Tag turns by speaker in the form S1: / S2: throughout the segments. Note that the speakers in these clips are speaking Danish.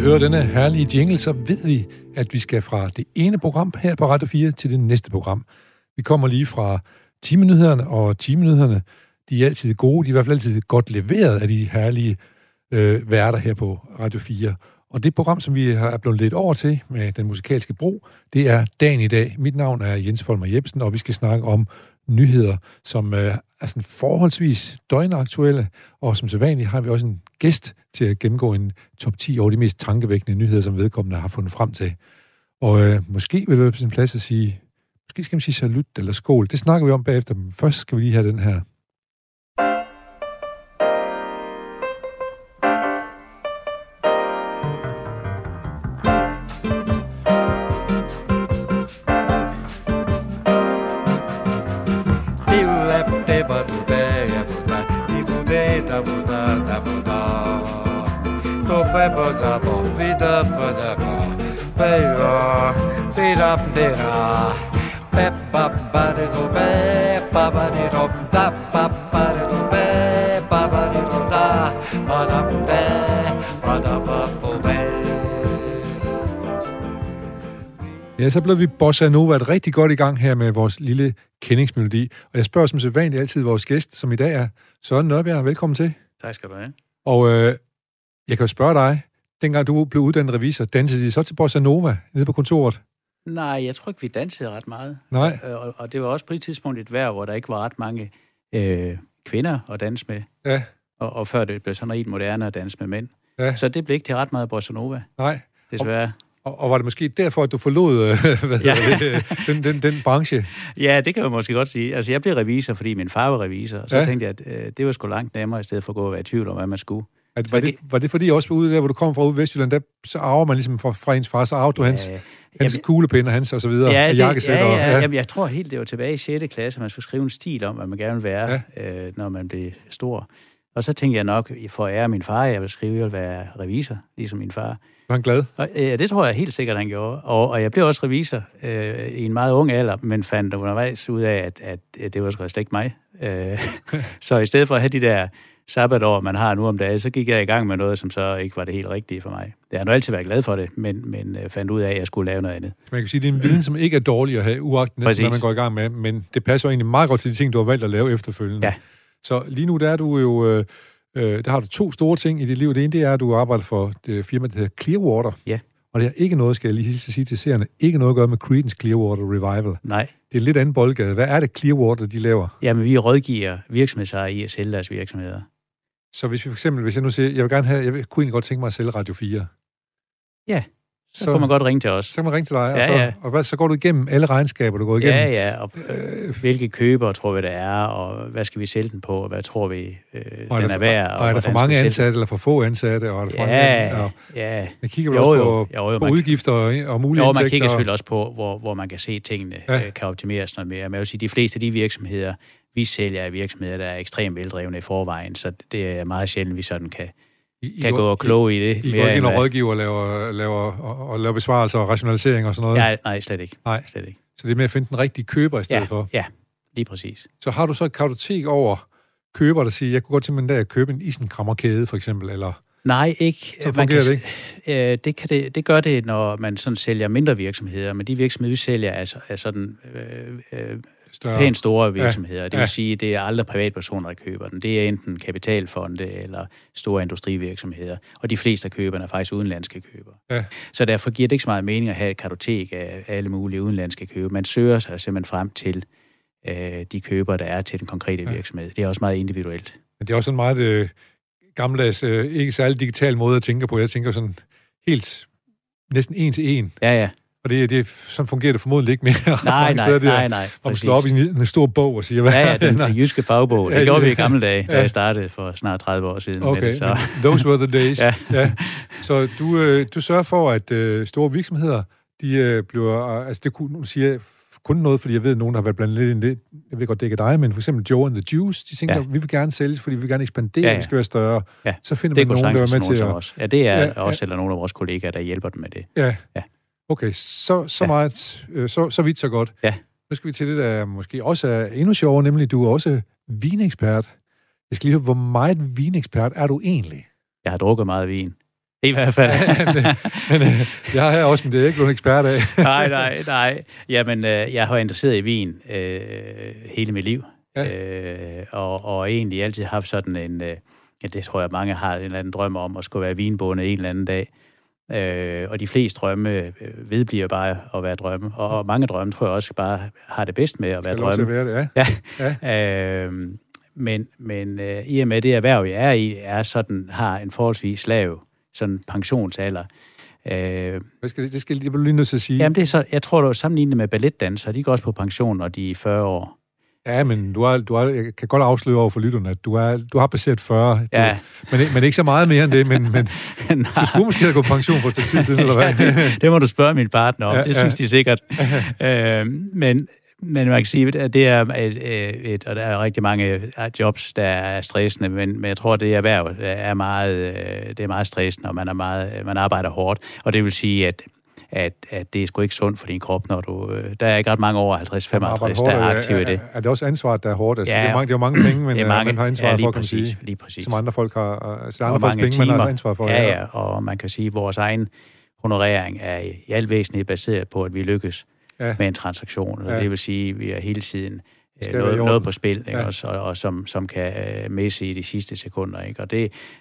S1: hører denne herlige jingle, så ved I, at vi skal fra det ene program her på Radio 4 til det næste program. Vi kommer lige fra timenyhederne, og timenyhederne, de er altid gode. De er i hvert fald altid godt leveret af de herlige værter her på Radio 4. Og det program, som vi er blevet lidt over til med den musikalske bro, det er Dagen i dag. Mit navn er Jens Folmer Jebsen, og vi skal snakke om nyheder, som er sådan forholdsvis døgnaktuelle, og som sædvanligt har vi også en gæst til at gennemgå en top 10 over de mest tankevækkende nyheder, som vedkommende har fundet frem til. Og måske vil det være på sin plads at sige, måske skal man sige salut eller skål. Det snakker vi om bagefter, men først skal vi lige have den her. Ja, så blev vi Bossa Nova rigtig godt i gang her med vores lille kendingsmelodi. Og jeg spørger som sædvanligt altid vores gæst, som i dag er Søren Nørbjerg. Velkommen til.
S2: Tak skal du have.
S1: Og jeg kan jo spørge dig, dengang du blev uddannet revisor, dansede I så til Bossa Nova nede på kontoret?
S2: Nej, jeg tror ikke, vi dansede ret meget.
S1: Nej.
S2: Og det var også på et tidspunkt et vejr, hvor der ikke var ret mange kvinder at danse med.
S1: Ja.
S2: Og før det blev sådan helt moderne at danse med mænd.
S1: Ja.
S2: Så det blev ikke til ret meget Bossa Nova.
S1: Nej.
S2: Desværre.
S1: Og var det måske derfor, at du forlod den branche?
S2: Ja, det kan man måske godt sige. Altså, jeg blev revisor, fordi min far var revisor. Og så tænkte jeg, at det var sgu langt nemmere, i stedet for at gå og være i tvivl om, hvad man skulle.
S1: Var det fordi også ude der, hvor du kom fra ude i Vestjylland, der så arver man ligesom fra ens far, så arver du hans kuglepind og hans og så videre, jakkesæt?
S2: Jamen, jeg tror helt, det var tilbage i 6. klasse, man skulle skrive en stil om, hvad man gerne vil være, når man blev stor. Og så tænkte jeg nok, for at ære min far, jeg vil skrive, at jeg vil være revisor, ligesom min far.
S1: Var han glad?
S2: Ja, det tror jeg helt sikkert, han gjorde. Og jeg blev også revisor i en meget ung alder, men fandt undervejs ud af, at det var slet ikke mig. Så i stedet for at have de der sabbatår, man har nu om dagen, så gik jeg i gang med noget, som så ikke var det helt rigtige for mig. Jeg har nu altid været glad for det, men fandt ud af, at jeg skulle lave noget andet.
S1: Man kan sige, at det er en viden, som ikke er dårlig at have, uagtet næsten, hvad man går i gang med, men det passer egentlig meget godt til de ting, du har valgt at lave efterfølgende.
S2: Ja.
S1: Så lige nu, der er du jo... der har du 2 store ting i dit liv. Det ene, det er, at du arbejder for det firma, der hedder Clearwater.
S2: Ja. Og
S1: det har ikke noget, skal jeg lige sige til seerne, ikke noget at gøre med Creedence Clearwater Revival.
S2: Nej.
S1: Det er lidt anden boldgade. Hvad er det Clearwater, de laver?
S2: Jamen, vi rådgiver virksomhedsejere i at sælge deres virksomheder.
S1: Så hvis vi for eksempel, hvis jeg nu siger, jeg kunne egentlig godt tænke mig at sælge Radio 4.
S2: Ja. Så kan man godt ringe til os.
S1: Så kan man ringe til dig, og så går du igennem alle regnskaber, du går igennem.
S2: Ja, og hvilke købere tror vi, der er, og hvad skal vi sælge den på, og hvad tror vi, den er værd.
S1: Og er der for mange ansatte, eller for få ansatte? Og er der for mange,
S2: ja.
S1: Man kigger vel også på udgifter og mulige indtægter.
S2: Man kigger selvfølgelig også på, hvor man kan se, at tingene kan optimeres noget mere. Men jeg vil sige, de fleste af de virksomheder, vi sælger, er virksomheder, der er ekstremt veldrevne i forvejen, så det er meget sjældent, vi sådan kan gå og kloge i det.
S1: I går ikke ind og rådgiver og laver besvarelser og rationalisering og sådan noget?
S2: Ja, nej, slet ikke. Slet ikke.
S1: Så det er med at finde den rigtige køber i stedet for?
S2: Ja, lige præcis.
S1: Så har du så et kartotek over køber, der siger, jeg kunne godt tænke mig at købe en isenkrammerkæde, for eksempel, eller...
S2: Nej, ikke.
S1: Så fungerer det
S2: ikke? Det gør det, når man sådan sælger mindre virksomheder, men de virksomheder, vi sælger, er sådan... pænt store virksomheder. Det vil sige, at det er aldrig privatpersoner, der køber den. Det er enten kapitalfonde eller store industrivirksomheder. Og de fleste af køberne er faktisk udenlandske købere. Ja. Så derfor giver det ikke så meget mening at have et kartotek af alle mulige udenlandske købere. Man søger sig simpelthen frem til de købere, der er til den konkrete virksomhed. Det er også meget individuelt. Men
S1: det er også en meget gammeldags, ikke særlig digital måde at tænke på. Jeg tænker sådan helt næsten 1 til 1.
S2: Ja.
S1: Og sådan fungerer det formodentlig ikke mere.
S2: Nej.
S1: Og man slår op i en stor bog og siger, hvad
S2: er det? Den jyske fagbog. Det gjorde vi i gamle dage, da jeg startede for snart 30 år siden.
S1: Okay,
S2: med det, så.
S1: Those were the days. Ja. Så du sørger for, at store virksomheder, de bliver... Altså det kunne, nu siger jeg kun noget, fordi jeg ved, at nogen har været blandet lidt ind det. Jeg ved godt, det ikke er dig, men for eksempel Joe and the Juice, de tænker, vi vil gerne sælges, fordi vi vil gerne ekspandere, vi skal være større. Ja. Så finder man nogen, der er med til at...
S2: Ja, det er også, eller nogle af vores kollegaer, der hjælper dem med det.
S1: Ja. Okay, så vidt, så godt.
S2: Ja.
S1: Nu skal vi til det, der måske også er endnu sjovere, nemlig du er også vinekspert. Jeg skal lige høre, hvor meget vinekspert er du egentlig?
S2: Jeg har drukket meget vin. I hvert fald.
S1: Jeg er også, men det er ikke blevet ekspert af.
S2: nej. Jamen, jeg har interesseret i vin hele mit liv. Ja. Og egentlig altid haft sådan en... det tror jeg, mange har en eller anden drøm om, at skulle være vinbonde en eller anden dag. Og de fleste drømme vedbliver bare at være drømme. Og mange drømme, tror jeg også, bare har det bedst med at være drømme.
S1: Skal være det,
S2: ja. Men i og med det erhverv, jeg er i, har en forholdsvis lav sådan pensionsalder.
S1: Det skal jeg lige nødt til at sige.
S2: Jamen, det er så, jeg tror, du er sammenlignet med balletdansere. De går også på pension, når de er 40 år.
S1: Ja, men jeg kan godt afsløre over for lytterne, at du har passeret 40.
S2: Ja.
S1: Men ikke så meget mere end det, men du skulle måske have gået på pension for et stykke tid siden, eller hvad?
S2: Det må du spørge min partner om. Det synes de sikkert. Men man kan sige, at det er og der er rigtig mange jobs, der er stressende, men jeg tror, at det erhverv er meget stressende, og man arbejder hårdt. Og det vil sige, at det er sgu ikke sundt for din krop, når der er ikke ret mange over 50-55, der er aktive i det.
S1: Er det også ansvaret, der er hårdt? Altså,
S2: ja,
S1: det er jo mange penge, men man har ansvar for, kan man sige.
S2: Lige præcis.
S1: Som andre folk har. Så andre folks penge, man har ansvar for.
S2: Ja, og man kan sige, at vores egen honorering er i al væsentligt baseret på, at vi lykkes med en transaktion. Og det vil sige, at vi er hele tiden noget på spil, ikke? Og som kan misse i de sidste sekunder. Ikke? Og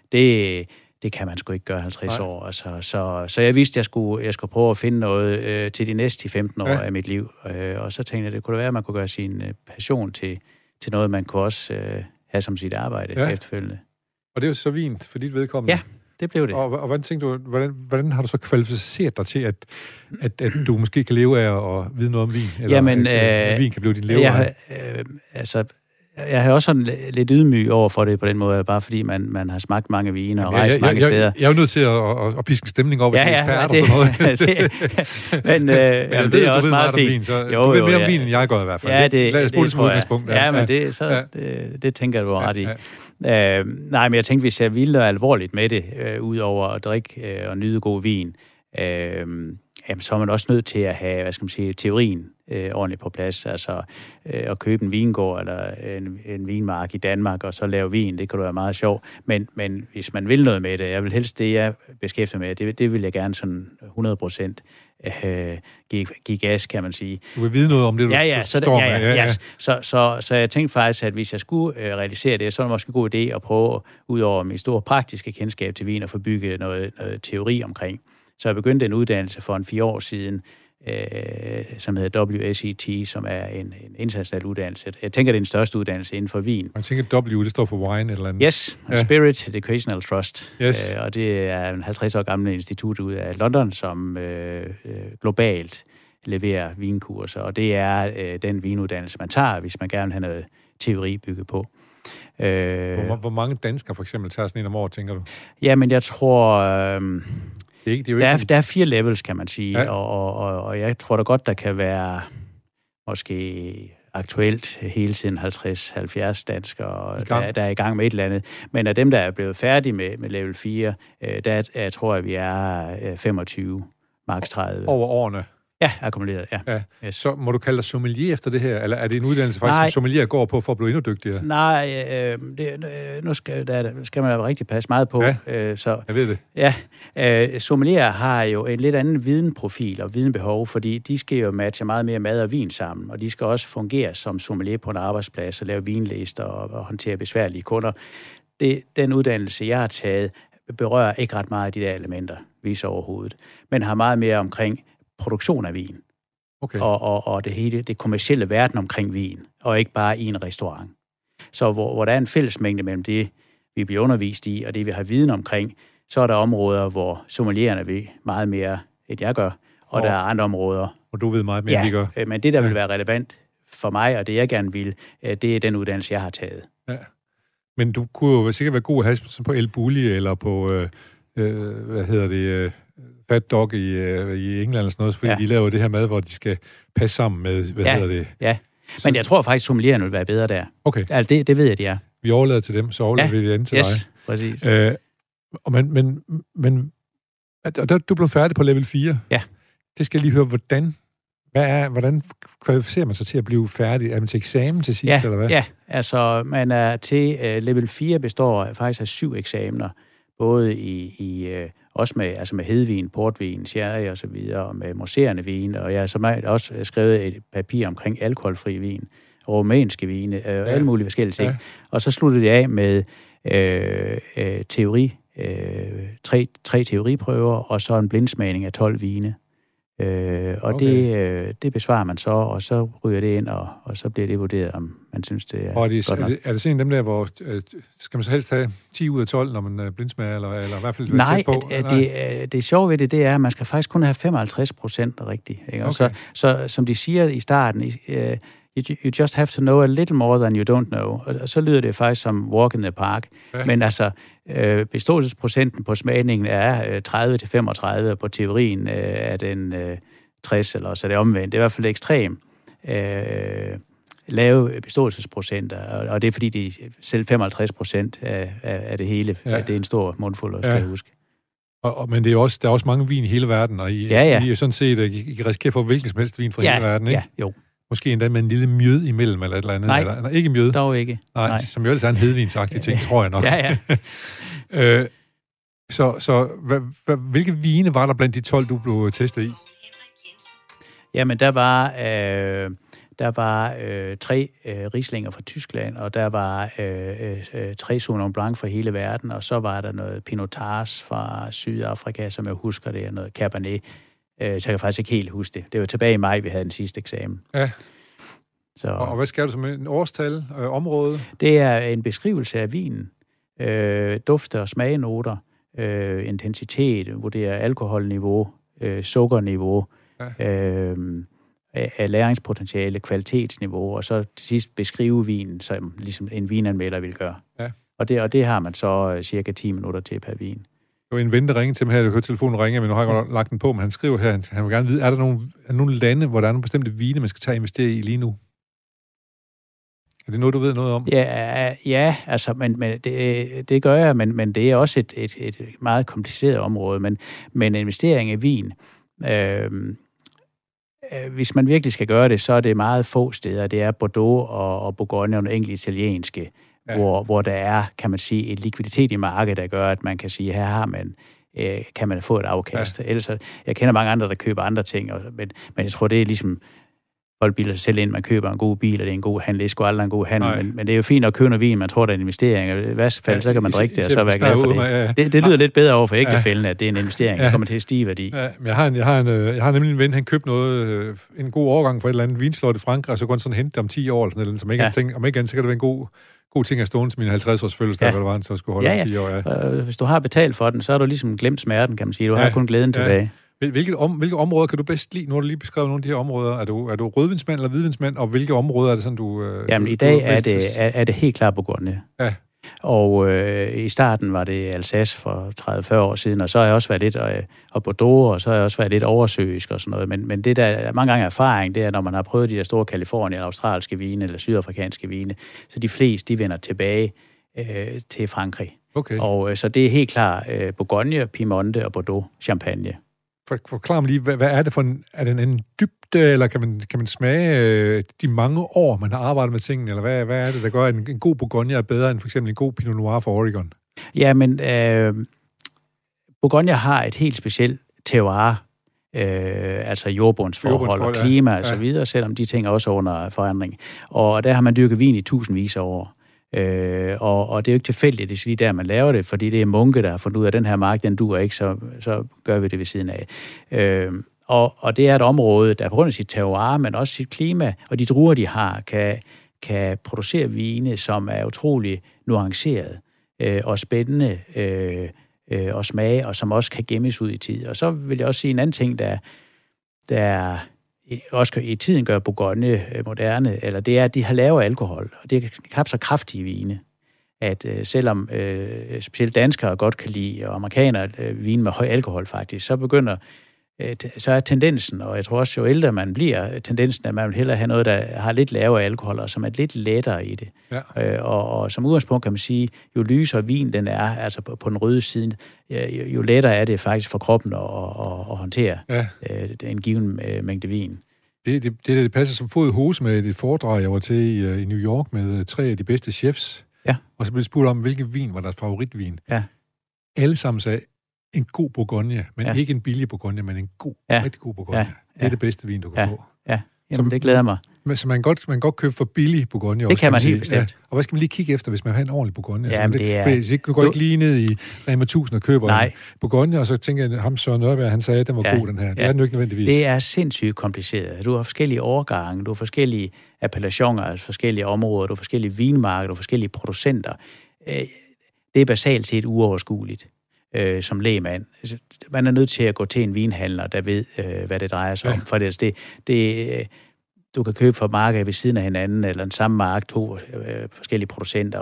S2: det kan man sgu ikke gøre 50 år. Altså, så jeg vidste, at jeg skulle prøve at finde noget til de næste 15 år af mit liv. Og så tænkte jeg, det kunne være, at man kunne gøre sin passion til noget, man kunne også have som sit arbejde efterfølgende. Og
S1: det er jo så vin for dit vedkommende.
S2: Ja, det blev det.
S1: Og hvordan tænkte du, hvordan har du så kvalificeret dig til, at du måske kan leve af at vide noget om vin? Eller at vin kan blive din levevej?
S2: Jeg har også sådan lidt ydmyg over for det på den måde, bare fordi man har smagt mange viner og rejst mange steder.
S1: Jeg er jo nødt til at piske stemning op, hvis man er ekspert og sådan noget.
S2: Men det er også meget fint.
S1: Du ved mere om vin, end jeg gør i hvert fald. Lad os bruge det som udgangspunkt.
S2: Ja, men det tænker jeg, du har ret i. Nej, men jeg tænkte, hvis jeg ville alvorligt med det, udover at drikke og nyde god vin, så er man også nødt til at have, teorien ordentligt på plads. Altså at købe en vingård eller en vinmark i Danmark, og så lave vin, det kan være meget sjovt. Men hvis man vil noget med det, jeg vil helst det, jeg beskæftiger med, det vil jeg gerne sådan 100% give gas, kan man sige.
S1: Du vil vide noget om det, du står med.
S2: Så jeg tænkte faktisk, at hvis jeg skulle realisere det, så er det måske en god idé at prøve, ud over mit store praktiske kendskab til vin, at få bygget noget teori omkring. Så jeg begyndte en uddannelse for 4 år siden, som hedder WSET, som er en international uddannelse. Jeg tænker, det er den største uddannelse inden for vin.
S1: Jeg tænker, W, det står for wine eller andet.
S2: Yes, Spirit Educational Trust. Yes. Og det er en 50 år gammel institut ud af London, som globalt leverer vinkurser. Og det er den vinuddannelse, man tager, hvis man gerne vil have noget teori bygget på.
S1: Hvor mange danskere for eksempel tager sådan en om året, tænker du?
S2: Jamen, jeg tror...
S1: Der
S2: er 4 levels, kan man sige, og jeg tror da godt, der kan være måske aktuelt hele tiden 50-70 danskere, der er i gang med et eller andet. Men af dem, der er blevet færdige med level 4, der tror jeg, vi er 25, maks 30.
S1: Over årene?
S2: Ja, akkumuleret, ja.
S1: Yes. Så må du kalde dig sommelier efter det her, eller er det en uddannelse faktisk, som sommelier går på for at blive endnu dygtigere?
S2: Nej, nu skal man da rigtig passe meget på.
S1: Ja,
S2: så,
S1: jeg ved det.
S2: Ja, sommelier har jo en lidt anden videnprofil og videnbehov, fordi de skal jo matche meget mere mad og vin sammen, og de skal også fungere som sommelier på en arbejdsplads og lave vinlister og håndtere besværlige kunder. Den uddannelse, jeg har taget, berører ikke ret meget af de der elementer, viser overhovedet, men har meget mere omkring produktion af vin.
S1: Okay.
S2: Og det hele, det kommercielle verden omkring vin, og ikke bare i en restaurant. Så hvor der er en fællesmængde mellem det, vi bliver undervist i, og det, vi har viden omkring, så er der områder, hvor sommeliererne ved meget mere, end jeg gør, og der er andre områder.
S1: Og du ved meget mere, end vi gør.
S2: Men det, der vil være relevant for mig, og det, jeg gerne vil, det er den uddannelse, jeg har taget.
S1: Ja. Men du kunne jo sikkert være god at have på El Bulli, eller på, Fat Dog i England eller sådan noget, fordi de laver det her mad, hvor de skal passe sammen med,
S2: Ja, men jeg tror faktisk, sommelieren vil være bedre der.
S1: Okay.
S2: Altså, det ved jeg, de er.
S1: Vi overlader til dem, så overlader vi det andet til dig.
S2: Præcis.
S1: Men du blev færdig på level 4.
S2: Ja.
S1: Det skal jeg lige høre, hvordan kvalificerer man sig til at blive færdig? Er man til eksamen til sidst, eller hvad?
S2: Ja, altså man er til level 4 består faktisk af 7 eksamener, både i også med hedvin, portvin, sherry og så videre, og med mousserende vin, og jeg har så også skrevet et papir omkring alkoholfri vin, rumænske vine, alle mulige forskellige ting. Ja. Og så sluttede det af med tre teoriprøver, og så en blindsmagning af 12 vine. Og okay. det besvarer man så, og så ryger det ind, og så bliver det vurderet, om man synes, det er godt nok.
S1: Er det sådan dem der, hvor skal man så helst have 10 ud af 12, når man blindsmager, eller i hvert fald
S2: være
S1: tæt på?
S2: Det sjove ved det er, at man skal faktisk kun have 55% rigtigt. Ikke? Okay. Så som de siger i starten, you just have to know a little more than you don't know. Og så lyder det faktisk som walk in the park. Ja. Men altså, beståelsesprocenten på smagningen er 30-35, og på teorien er den 60, eller så er det omvendt. Det er i hvert fald ekstremt lave beståelsesprocenter, og det er fordi, de selv 55% af det hele, det er en stor mundfuld, og skal jeg huske.
S1: Men det er også, der er også mange vin i hele verden, og I er sådan set, I kan risikere for hvilken som helst vin fra hele verden, ikke? Ja, jo. Måske endda med en lille mjød imellem, eller et eller andet.
S2: Nej,
S1: eller ikke mjød.
S2: Dog ikke.
S1: Nej, som jo ellers er en hedvinsagtig ting, tror jeg nok.
S2: Ja.
S1: Så hvilke vine var der blandt de 12, du blev testet i?
S2: Jamen, der var 3 Rieslinger fra Tyskland, og der var 3 Sauvignon Blanc fra hele verden, og så var der noget Pinotage fra Sydafrika, som jeg husker det, og noget Cabernet. Så jeg kan faktisk ikke helt huske det. Det var tilbage i maj, vi havde den sidste eksamen. Ja.
S1: Så, og hvad skal du som en årstal, område?
S2: Det er en beskrivelse af vinen. Dufte- og smagenoter, intensitet, vurderer alkoholniveau, sukkerniveau, af læringspotentiale, kvalitetsniveau, og så til sidst beskrive vinen, som ligesom en vinanmelder vil gøre. Ja. Og det har man så cirka 10 minutter til per vin.
S1: Det var en ven, der ringede til mig her, jeg hørte telefonen ringe, men nu har jeg godt lagt den på, men han skriver her, han vil gerne vide, er der nogle lande, hvor der er nogle bestemte vine, man skal tage og investere i lige nu? Er det noget, du ved noget om?
S2: Ja, altså, men det gør jeg, men det er også et meget kompliceret område, men investering i vin, hvis man virkelig skal gøre det, så er det meget få steder. Det er Bordeaux og Bourgogne og nogle enkelte italienske, hvor der er, kan man sige, et likviditet i markedet, der gør, at man kan sige, her har man, kan man få et afkast. Ja. Ellers, jeg kender mange andre, der køber andre ting, men jeg tror, det er ligesom, folk bilder sig selv ind, man køber en god bil, og det er en god handel, det er sgu aldrig en god handel, men det er jo fint at købe noget vin, man tror, det er en investering, og i værste fald, så kan man drikke det, og så være glad for det. Det lyder lidt bedre over for ægtefælden, at det er en investering, der kommer til at stige værdi.
S1: Ja, men jeg har nemlig en ven, han købte noget, en god årgang for et eller andet vinslot i Frankrig, og så kunne han sådan hente det om 10 år, eller sådan noget, som ikke tænkt, om ikke andet, så kan det være en god ting at stående til min 50-års fødselsdag, hvad det var, så skulle holde om 10 år. Ja.
S2: Hvis du har betalt for den, så har du ligesom glemt smerten, kan man sige. Du har kun glæden tilbage.
S1: Hvilke områder kan du bedst lide? Nu har du lige beskrevet nogle af de her områder. Er du rødvinsmand eller hvidvinsmand, og hvilke områder er det sådan, du...
S2: Jamen, i dag er det helt klart Bourgogne. Ja. Og i starten var det Alsace for 30-40 år siden, og så har jeg også været lidt og Bordeaux, og så har jeg også været lidt oversøisk og sådan noget. Men det, der er mange gange erfaring, det er, når man har prøvet de der store California, eller australske vine, eller sydafrikanske vine, så de fleste, de vender tilbage til Frankrig. Okay. Og så det er helt klart Bourgogne, Piemonte og Bordeaux, Champagne.
S1: Forklar mig lige, hvad er det for en... Er det en dybde, eller kan man smage de mange år, man har arbejdet med tingene, eller hvad er det, der gør, at en god Bourgogne er bedre end for eksempel en god Pinot Noir fra Oregon?
S2: Ja, men Bourgogne har et helt specielt terroir, altså jordbundsforhold og klima og så videre, selvom de ting er også under forandring. Og der har man dyrket vin i tusindvis af år. Og det er jo ikke tilfældigt, det er lige der, man laver det, fordi det er munke, der har fundet ud af, den her mark, den duer ikke, så gør vi det ved siden af. Og det er et område, der på grund af sit terroir, men også sit klima, og de druer, de har, kan producere vine, som er utrolig nuanceret og spændende og smage, og som også kan gemmes ud i tid. Og så vil jeg også sige en anden ting, der også i tiden gør Bourgogne moderne, eller det er, at de har lavere alkohol, og det er knap så kraftige vine, at selvom specielt danskere godt kan lide, og amerikanere vine med høj alkohol faktisk, så er tendensen, og jeg tror også, jo ældre man bliver, tendensen, at man vil hellere have noget, der har lidt lavere alkohol, og som er lidt lettere i det. Ja. Og som udgangspunkt kan man sige, jo lysere vin den er, altså på den røde side, jo lettere er det faktisk for kroppen at håndtere en given mængde vin.
S1: Det passer som fod i hose med et foredrag, jeg var til i New York med 3 af de bedste chefs. Ja. Og så blev spurgt om, hvilken vin var deres favoritvin. Ja. Alle sammen sagde, en god Bourgogne, men ikke en billig Bourgogne, men en god, rigtig god Bourgogne. Ja. Det er det bedste vin, du kan få.
S2: Ja. Jamen, det glæder mig.
S1: Så man kan godt købe for billig Bourgogne.
S2: Det kan man helt bestemt.
S1: Ja. Og hvad skal man lige kigge efter, hvis man har en ordentlig Bourgogne?
S2: Jamen, det er...
S1: Fordi du går ikke lige ned i Rema 1000 og køber en Bourgogne, og så tænker jeg, ham Søren Nørberg, han sagde, at den var god, den her. Det er den jo ikke nødvendigvis.
S2: Det er sindssygt kompliceret. Du har forskellige årgange, du har forskellige appellationer, altså forskellige områder, du har forskellige vinmarker, du har forskellige producenter. Det er basalt set uoverskueligt som lægmand. Man er nødt til at gå til en vinhandler, der ved, hvad det drejer sig om. For du kan købe fra marker ved siden af hinanden, eller den samme mark, 2 forskellige producenter,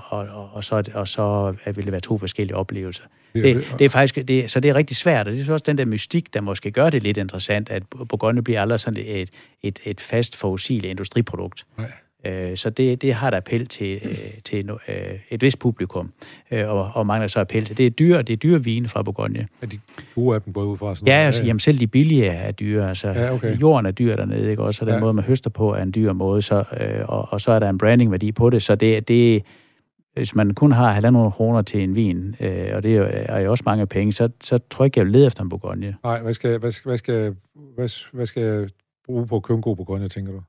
S2: og så vil det være 2 forskellige oplevelser. Det er faktisk, så det er rigtig svært, og det er også den der mystik, der måske gør det lidt interessant, at Bourgogne bliver aldrig sådan et fast forudsigeligt industriprodukt. Nej. Så det har der appel til et vist publikum, og mangler så appel til. Det er dyre vine fra Bourgogne.
S1: Er de gode af dem gået ud fra? Sådan
S2: altså, jamen selv de billige er dyre. Altså, jorden er dyr dernede, ikke? Også den måde, man høster på, er en dyr måde, og så er der en brandingværdi på det, så det hvis man kun har 1.500 kroner til en vin, og det er jo også mange penge, så tror jeg ikke, jeg vil lede efter en Bourgogne.
S1: Nej, hvad skal jeg bruge på at købe en god Bourgogne, tænker du?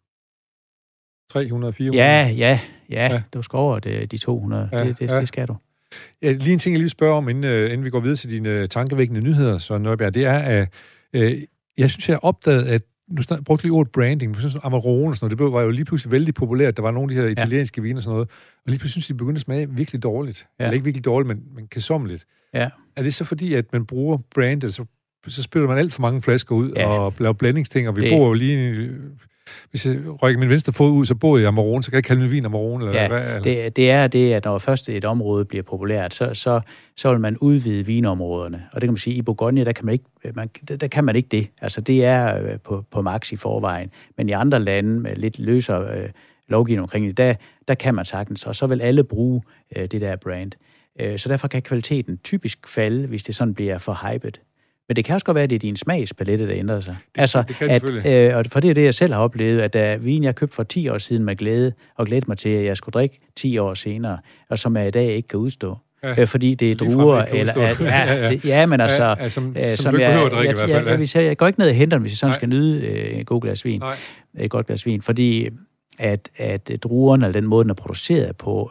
S1: 300, 400?
S2: Ja. Du skal over de 200. Det skal du.
S1: Ja, lige en ting, jeg lige vil spørge om, inden vi går videre til dine tankevækkende nyheder, Søren Nørberg, det er, at jeg synes, jeg har opdaget, at nu brugte lige ordet branding, men sådan Amarone og sådan noget, det var jo lige pludselig vældig populært. Der var nogle af de her italienske viner og sådan noget, og lige pludselig synes de begyndte at smage virkelig dårligt. Eller ikke virkelig dårligt, men kedsommeligt. Ja. Er det så fordi, at man bruger brandet, så spiller man alt for mange flasker ud og laver blandingsting, og vi bor jo lige... Hvis jeg rykker min venstre fod ud, så bor jeg i Amarone, så kan jeg ikke kalde min vin Amarone, eller hvad? Eller?
S2: Det er det, at når først et område bliver populært, så vil man udvide vinområderne. Og det kan man sige, i Bourgogne, der kan man ikke det. Altså, det er på max i forvejen. Men i andre lande, med lidt løsere lovgivning omkring det, der kan man sagtens. Og så vil alle bruge det der brand. Så derfor kan kvaliteten typisk falde, hvis det sådan bliver for hyped. Men det kan også godt være, at det er din smagspalette, der ændrer sig.
S1: Det kan selvfølgelig.
S2: Og for det er det, jeg selv har oplevet, at der vin, jeg købte for 10 år siden med glæde, og glædte mig til, at jeg skulle drikke 10 år senere, og som jeg i dag ikke kan udstå. Fordi det er druer, eller... men altså...
S1: Som jeg drikke i hvert fald.
S2: Jeg går ikke ned og henter den, hvis jeg sådan skal nyde en god glas vin. Et godt glas vin. Fordi at druerne, eller den måde, den er produceret på,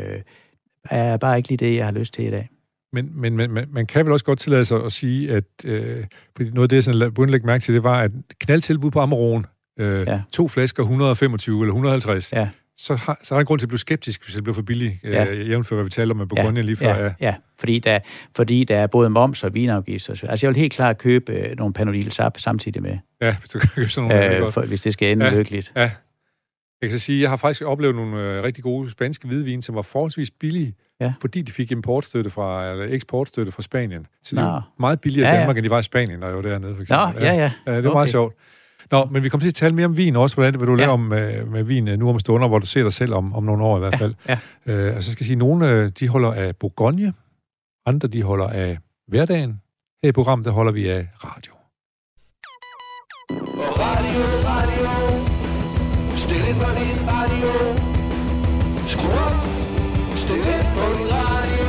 S2: er bare ikke lige det, jeg har lyst til i dag.
S1: Men man kan vel også godt tillade sig at sige, at fordi noget af det, jeg sådan begyndte at lægge mærke til, det var, at knaldtilbud på Amarone, 2 flasker 125 eller 150, så er der en grund til at blive skeptisk, hvis det bliver for billigt, jævnfør hvad vi talte om med Bourgogne lige før.
S2: Ja. Fordi der er både moms og vinafgifter. Altså jeg vil helt klart købe nogle Panodil Sap samtidig med.
S1: Ja, hvis du kan købe sådan nogle.
S2: Hvis det skal ende lykkeligt.
S1: Ja. Jeg kan sige, at jeg har faktisk oplevet nogle rigtig gode spanske hvidvin, som var forholdsvis billige, fordi de fik eksportstøtte fra Spanien. Så det er meget billigere i Danmark, end de var i Spanien, når jeg var dernede, for eksempel. Det var meget sjovt. Nå, men vi kommer til at tale mere om vin også. Hvordan vil du lave om med vin nu om stunder, hvor du ser dig selv om nogle år i hvert fald. Og så skal jeg sige, nogle de holder af Bourgogne, andre de holder af hverdagen. Her i programmet, der holder vi af radio.
S3: Radio. Stil ind på din radio. Skru op. Stil ind på din radio.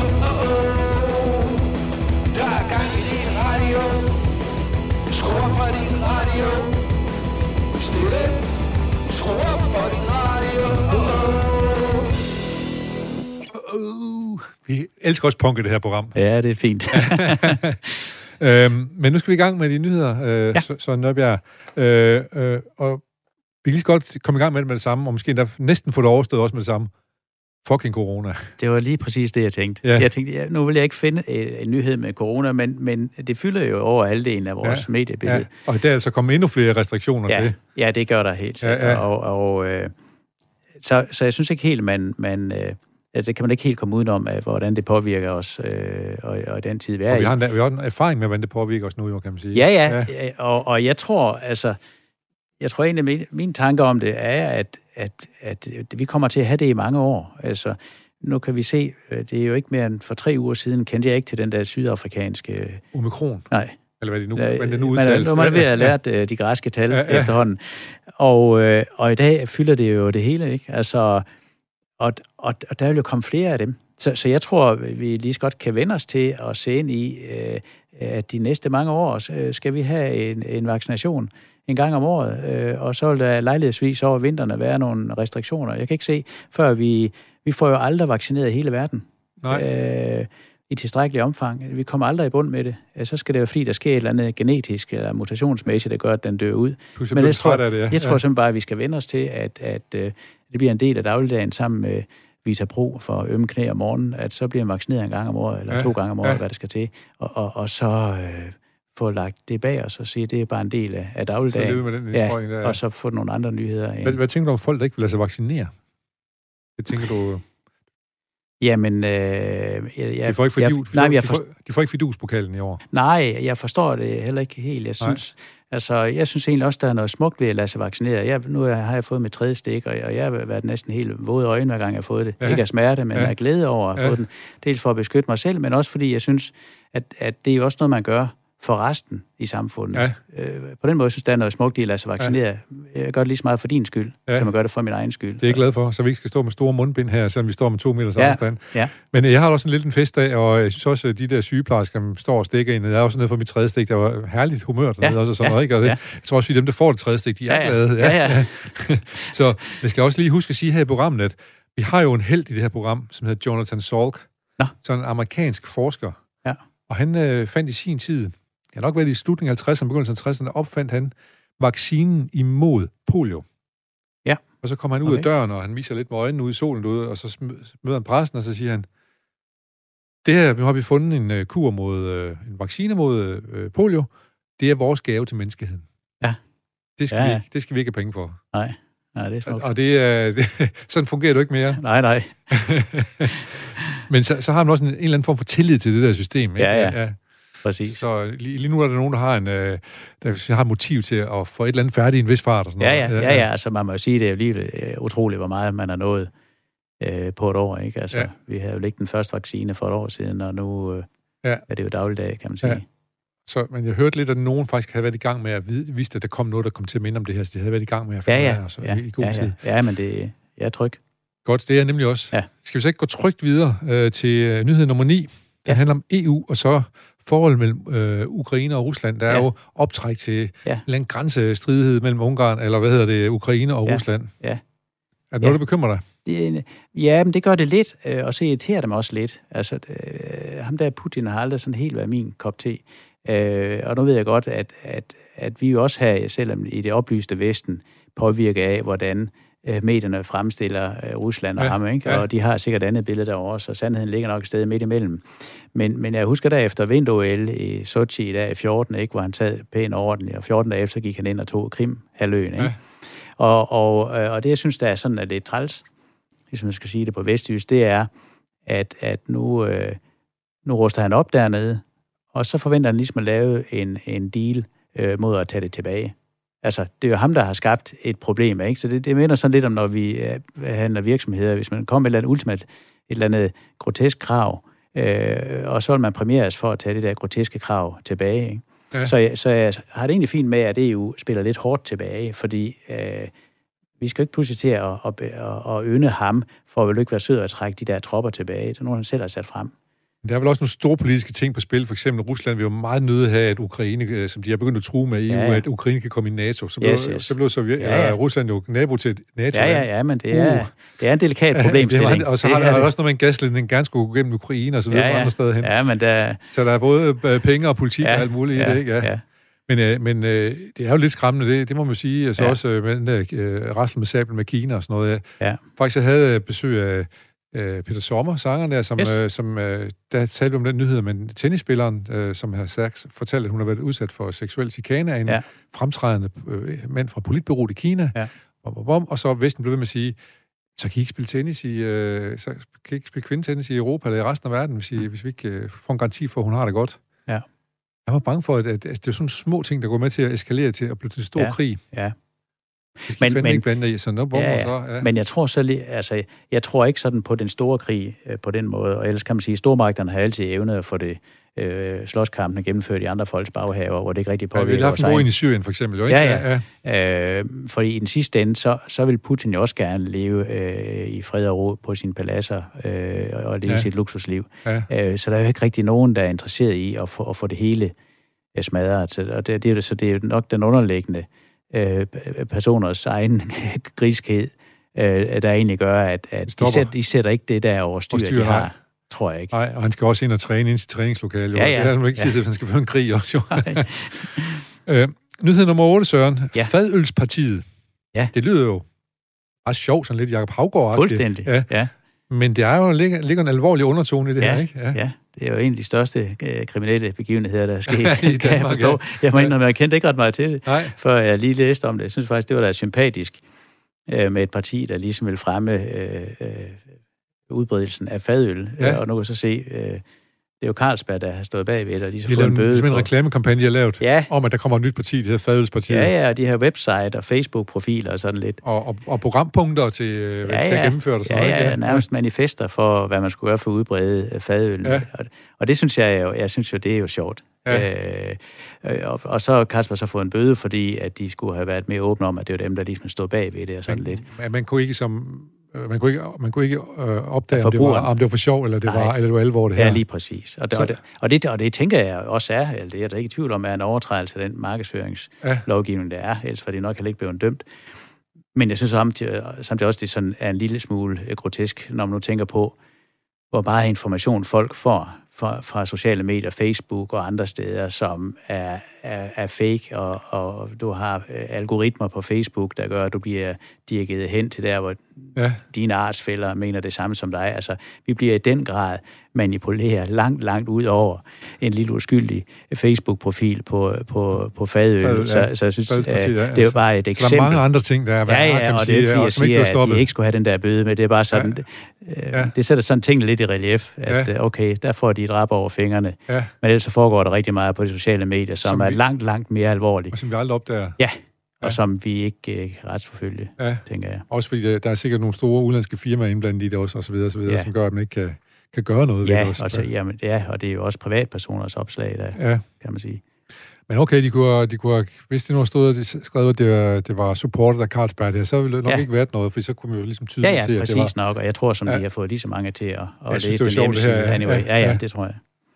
S3: Der er gang i din radio. Skru op for din radio. Stil ind. Skru op for din radio.
S1: Vi elsker også punk i det her program.
S2: Ja, det er fint.
S1: Men nu skal vi i gang med de nyheder, Søren Nørberg. Og vi kan lige så godt komme i gang med det samme, og måske endda næsten få det overstået også med det samme. Fucking corona.
S2: Det var lige præcis det, jeg tænkte. Ja. Jeg tænkte, nu vil jeg ikke finde en nyhed med corona, men det fylder jo over halvdelen af vores mediebillede. Ja.
S1: Og der er altså kommet endnu flere restriktioner til.
S2: Ja, det gør der helt sikkert. Så jeg synes ikke helt, det kan man ikke helt komme udenom, hvordan det påvirker os, og den tid, vi er i.
S1: Vi har en erfaring med, hvordan det påvirker os nu, kan man sige.
S2: Ja. Og jeg tror egentlig, min tanke om det er, at vi kommer til at have det i mange år. Altså, nu kan vi se, det er jo ikke mere end for 3 uger siden, kendte jeg ikke til den der sydafrikanske...
S1: Omikron?
S2: Nej.
S1: Eller hvad det nu udtales?
S2: Nu er man ved at have lært de græske tal efterhånden. Og i dag fylder det jo det hele, ikke? Altså, og der vil jo komme flere af dem. Så jeg tror, vi lige så godt kan vende os til at se ind i, at de næste mange år skal vi have en vaccination en gang om året, og så vil der lejlighedsvis over vinterne være nogle restriktioner. Jeg kan ikke se, før vi får jo aldrig vaccineret hele verden.
S1: Nej.
S2: I tilstrækkelig omfang. Vi kommer aldrig i bund med det. Så skal det være, fordi der sker et eller andet genetisk eller mutationsmæssigt, der gør, at den dør ud. Men jeg tror simpelthen bare, at vi skal vende os til, at det bliver en del af dagligdagen sammen med Vitapro for ømme knæ om morgenen, at så bliver man vaccineret en gang om året, eller 2 gange om året, hvad der skal til. Og så få lagt det bag os og sige, at det er bare en del af dagligdagen.
S1: Så med den der.
S2: Og så få nogle andre nyheder.
S1: Hvad tænker du om folk, der ikke vil lade sig vaccinere? Hvad tænker du?
S2: Jamen,
S1: de får ikke fiduspokalen i år.
S2: Nej, jeg forstår det heller ikke helt. Jeg synes egentlig også, der er noget smukt ved at lade sig vaccinere. Nu har jeg fået mit 3. stik, og jeg har været næsten helt våd i øjnene, hver gang jeg har fået det. Ja. Ikke af smerte, men af glæde over at få den. Dels for at beskytte mig selv, men også fordi jeg synes, at det er jo også noget, man gør for resten i samfundet. Ja. På den måde synes der er noget smukt i at lade sig vaccinere. Ja. Jeg gør det lige så meget for din skyld, som jeg gør det for min egen skyld.
S1: Det er jeg glad for, så vi ikke skal stå med store mundbind her, selvom vi står med 2 meters afstand. Ja. Men jeg har også en lille festdag, og jeg synes også, at de der sygeplejersker står og stikker ind. Jeg er også nede for mit 3. stik, der var herligt humør dernede også, sådan noget, ikke? Og jeg tror også, at dem, der får det 3. stik, de er glade. Ja. Så jeg skal også lige huske at sige her i programmet, at vi har jo en helt i det her program, som hedder Jonathan Salk, sådan en amerikansk forsker. Ja. Og han fandt i sin tid, jeg har nok været i slutningen af 50'erne, begyndelsen af 60'erne, opfandt han vaccinen imod polio. Ja. Og så kommer han ud af døren, og han viser lidt med øjnene ude i solen derude, og så møder han pressen, og så siger han, det her, nu har vi fundet en kur mod, en vaccine mod polio, det er vores gave til menneskeheden. Ja. Det skal vi ikke have penge for.
S2: Nej, det er smukt.
S1: Og sådan fungerer du ikke mere.
S2: Nej.
S1: Men så har man også en eller anden form for tillid til det der system. Ikke?
S2: Ja. Præcis.
S1: Så lige nu er der nogen, der har et motiv til at få et eller andet færdigt i en vis fart og sådan noget.
S2: Ja, altså man må jo sige, det er jo lige utroligt, hvor meget man har nået på et år, ikke? Altså, vi havde jo ikke den første vaccine for et år siden, og nu er det jo dagligdag, kan man sige.
S1: Ja. Men jeg hørte lidt, at nogen faktisk havde været i gang med at vidste, at der kom noget, der kom til at minde om det her, så de havde været i gang med at finde i god tid.
S2: Ja, men jeg er tryg.
S1: Godt, det er jeg nemlig også. Ja. Skal vi så ikke gå trygt videre til nyhed nummer 9? Den handler om EU, og så forholdet mellem Ukraine og Rusland. Der er jo optræk til en grænsestridighed mellem Ungarn, eller Ukraine og Rusland. Ja. Er det noget, der bekymrer dig?
S2: Ja, men det gør det lidt, og så irriterer det mig også lidt. Altså, ham der Putin har aldrig sådan helt været min kop te. Og nu ved jeg godt, at vi jo også her, selvom i det oplyste Vesten, påvirker af, hvordan medierne fremstiller Rusland og ham, ikke? Og de har sikkert andet billede derovre, så sandheden ligger nok et sted midt imellem. Men jeg husker der efter vinter-OL i Sochi der i 14, ikke, hvor han sad pænt over den, og 14 dage efter gik han ind og tog Krim-halvøen, ikke? Og det, jeg synes, der er sådan, at det er træls, hvis man skal sige det på vestjysk, det er, at nu ruster han op dernede, og så forventer han ligesom at lave en deal mod at tage det tilbage. Altså, det er jo ham, der har skabt et problem, ikke? Så det minder sådan lidt om, når vi handler virksomheder. Hvis man kommer med et eller andet grotesk krav, og så vil man præmieres for at tage det der groteske krav tilbage, ikke? Ja. Så jeg har det egentlig fint med, at EU spiller lidt hårdt tilbage, fordi vi skal jo ikke pludselig til at ynde ham, for at vi ikke være sød at trække de der tropper tilbage. Det er nogen, han selv har sat frem.
S1: Der er vel også nogle store politiske ting på spil. For eksempel Rusland vil jo meget nødt have, at Ukraine, som de har begyndt at true med EU, at Ukraine kan komme i NATO. Så blev Rusland jo nabo til NATO.
S2: Ja, men det er en delikat problemstilling.
S1: Og så har der også noget med en gasledning, gerne skulle gå gennem Ukraine og så videre andre steder hen.
S2: Ja, men
S1: så der er både penge og politik og alt muligt i det, ikke? Ja. Men det er jo lidt skræmmende, det må man sige. Altså også med den der raslen med sabel med Kina og sådan noget. Ja. Faktisk jeg havde besøg af Peter Sommer, sangeren der, som der talte om den nyhed, men tennisspilleren, som har fortalt, at hun har været udsat for seksuel chikane af en fremtrædende mand fra politbureauet i Kina. Ja. Og så Vesten blev ved med at sige, så kan I ikke spille tennis så kan I ikke spille kvindetennis i Europa eller i resten af verden, hvis vi ikke får en garanti for, at hun har det godt. Ja. Jeg var bange for, at det er sådan små ting, der går med til at eskalere til at blive til en stor krig. Ja.
S2: Men jeg tror jeg tror ikke sådan på den store krig på den måde, og ellers kan man sige, at stormagterne har altid evnet at få det slåskampene gennemført i andre folks baghaver, hvor det ikke rigtig påvirker.
S1: Vi har haft en i Syrien for eksempel, jo ikke?
S2: Ja. Fordi i den sidste ende, så vil Putin jo også gerne leve i fred og ro på sine paladser og leve sit luksusliv. Ja. Så der er jo ikke rigtig nogen, der er interesseret i at få det hele smadret. Og det er jo nok den underliggende personers egen griskhed, der egentlig gør, at de sætter ikke det der over styr, de har. Tror jeg ikke.
S1: Nej, og han skal også ind og træne ind i træningslokalet. Ja. Det er han ikke sige, at han skal føre en krig også. Nyhed nummer 8, Søren. Ja. Fadølspartiet. Ja. Det lyder jo ret sjovt, sådan lidt Jacob Haugaard-agtigt.
S2: Fuldstændig, ja.
S1: Men det er jo ligger en alvorlig undertone i det her, ikke?
S2: Ja, det er jo en af de største kriminelle begivenheder, der er sket. I Danmark, kan jeg forstå. Jeg må indrømme, jeg kendte ikke ret meget til det, før jeg lige læste om det. Jeg synes faktisk, det var da sympatisk med et parti, der ligesom vil fremme udbredelsen af fadøl. Og nu kan jeg så se, det er jo Carlsberg, der har stået bagved, og de så fået en bøde. Det er en
S1: reklamekampagne, jeg har lavet, om at der kommer et nyt parti, det hedder Fadølspartiet.
S2: Ja, og de her website og Facebook-profiler og sådan lidt.
S1: Og programpunkter til, hvad det skal gennemføre og sådan noget.
S2: Ja, nærmest manifester for, hvad man skulle gøre for at udbrede fadøl. Ja. Og det synes jeg synes jo, det er jo sjovt. Ja. Og så har Carlsberg så fået en bøde, fordi at de skulle have været mere åbne om, at det var dem, der ligesom stod bagved det og sådan lidt.
S1: Man kunne ikke Man kunne ikke opdage, om det var for sjov, eller det var alvor, det her.
S2: Ja, lige præcis. Og det tænker jeg også er, eller det er der ikke i tvivl om, er en overtrædelse af den markedsføringslovgivning, der er, ellers var det nok heller ikke blevet dømt. Men jeg synes samtidig også, det sådan er en lille smule grotesk, når man nu tænker på, hvor meget information folk får fra sociale medier, Facebook og andre steder, som er fake, og du har algoritmer på Facebook, der gør, at du bliver dirigeret hen til der, hvor dine artsfæller mener det samme som dig. Altså, vi bliver i den grad manipuleret langt ud over en lille uskyldig Facebook-profil på fadøl. Så jeg synes, det er jo bare et eksempel. Så
S1: der er mange andre ting, der er
S2: værd, og det er ikke, fordi jeg siger, at de ikke skulle have den der bøde, men det er bare sådan, det sætter sådan ting lidt i relief, at okay, der får de et rap over fingrene. Ja. Men ellers så foregår der rigtig meget på de sociale medier, som er langt mere alvorligt.
S1: Og som vi aldrig opdager.
S2: Ja, og som vi ikke kan retsforfølge, tænker jeg.
S1: Også fordi der er sikkert nogle store udenlandske firmaer indblandet i det også, og så videre, som gør, at man ikke kan gøre noget ved det også.
S2: Og det er jo også privatpersoners opslag, der, kan man sige.
S1: Men okay, de kunne hvis det nu stod skrevet, at det var supportet af Carlsberg der, så ville det nok ikke været noget, for så kunne man jo ligesom tydeligt se, at det var...
S2: præcis nok, og jeg tror, som de har fået lige så mange til at læse
S1: det hjemmeside.
S2: Anyway. Det tror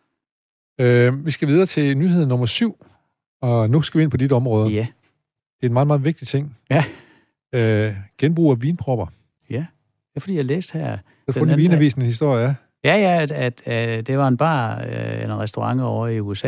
S2: jeg.
S1: Vi skal videre til nyhed nummer 7, og nu skal vi ind på dit område.
S2: Ja.
S1: Det er en meget, meget vigtig ting.
S2: Ja.
S1: Genbrug af vinpropper.
S2: Ja, det er fordi, jeg læste her...
S1: Du har fundet i Vinavisen en historie,
S2: at det var en bar, en restaurant over i USA,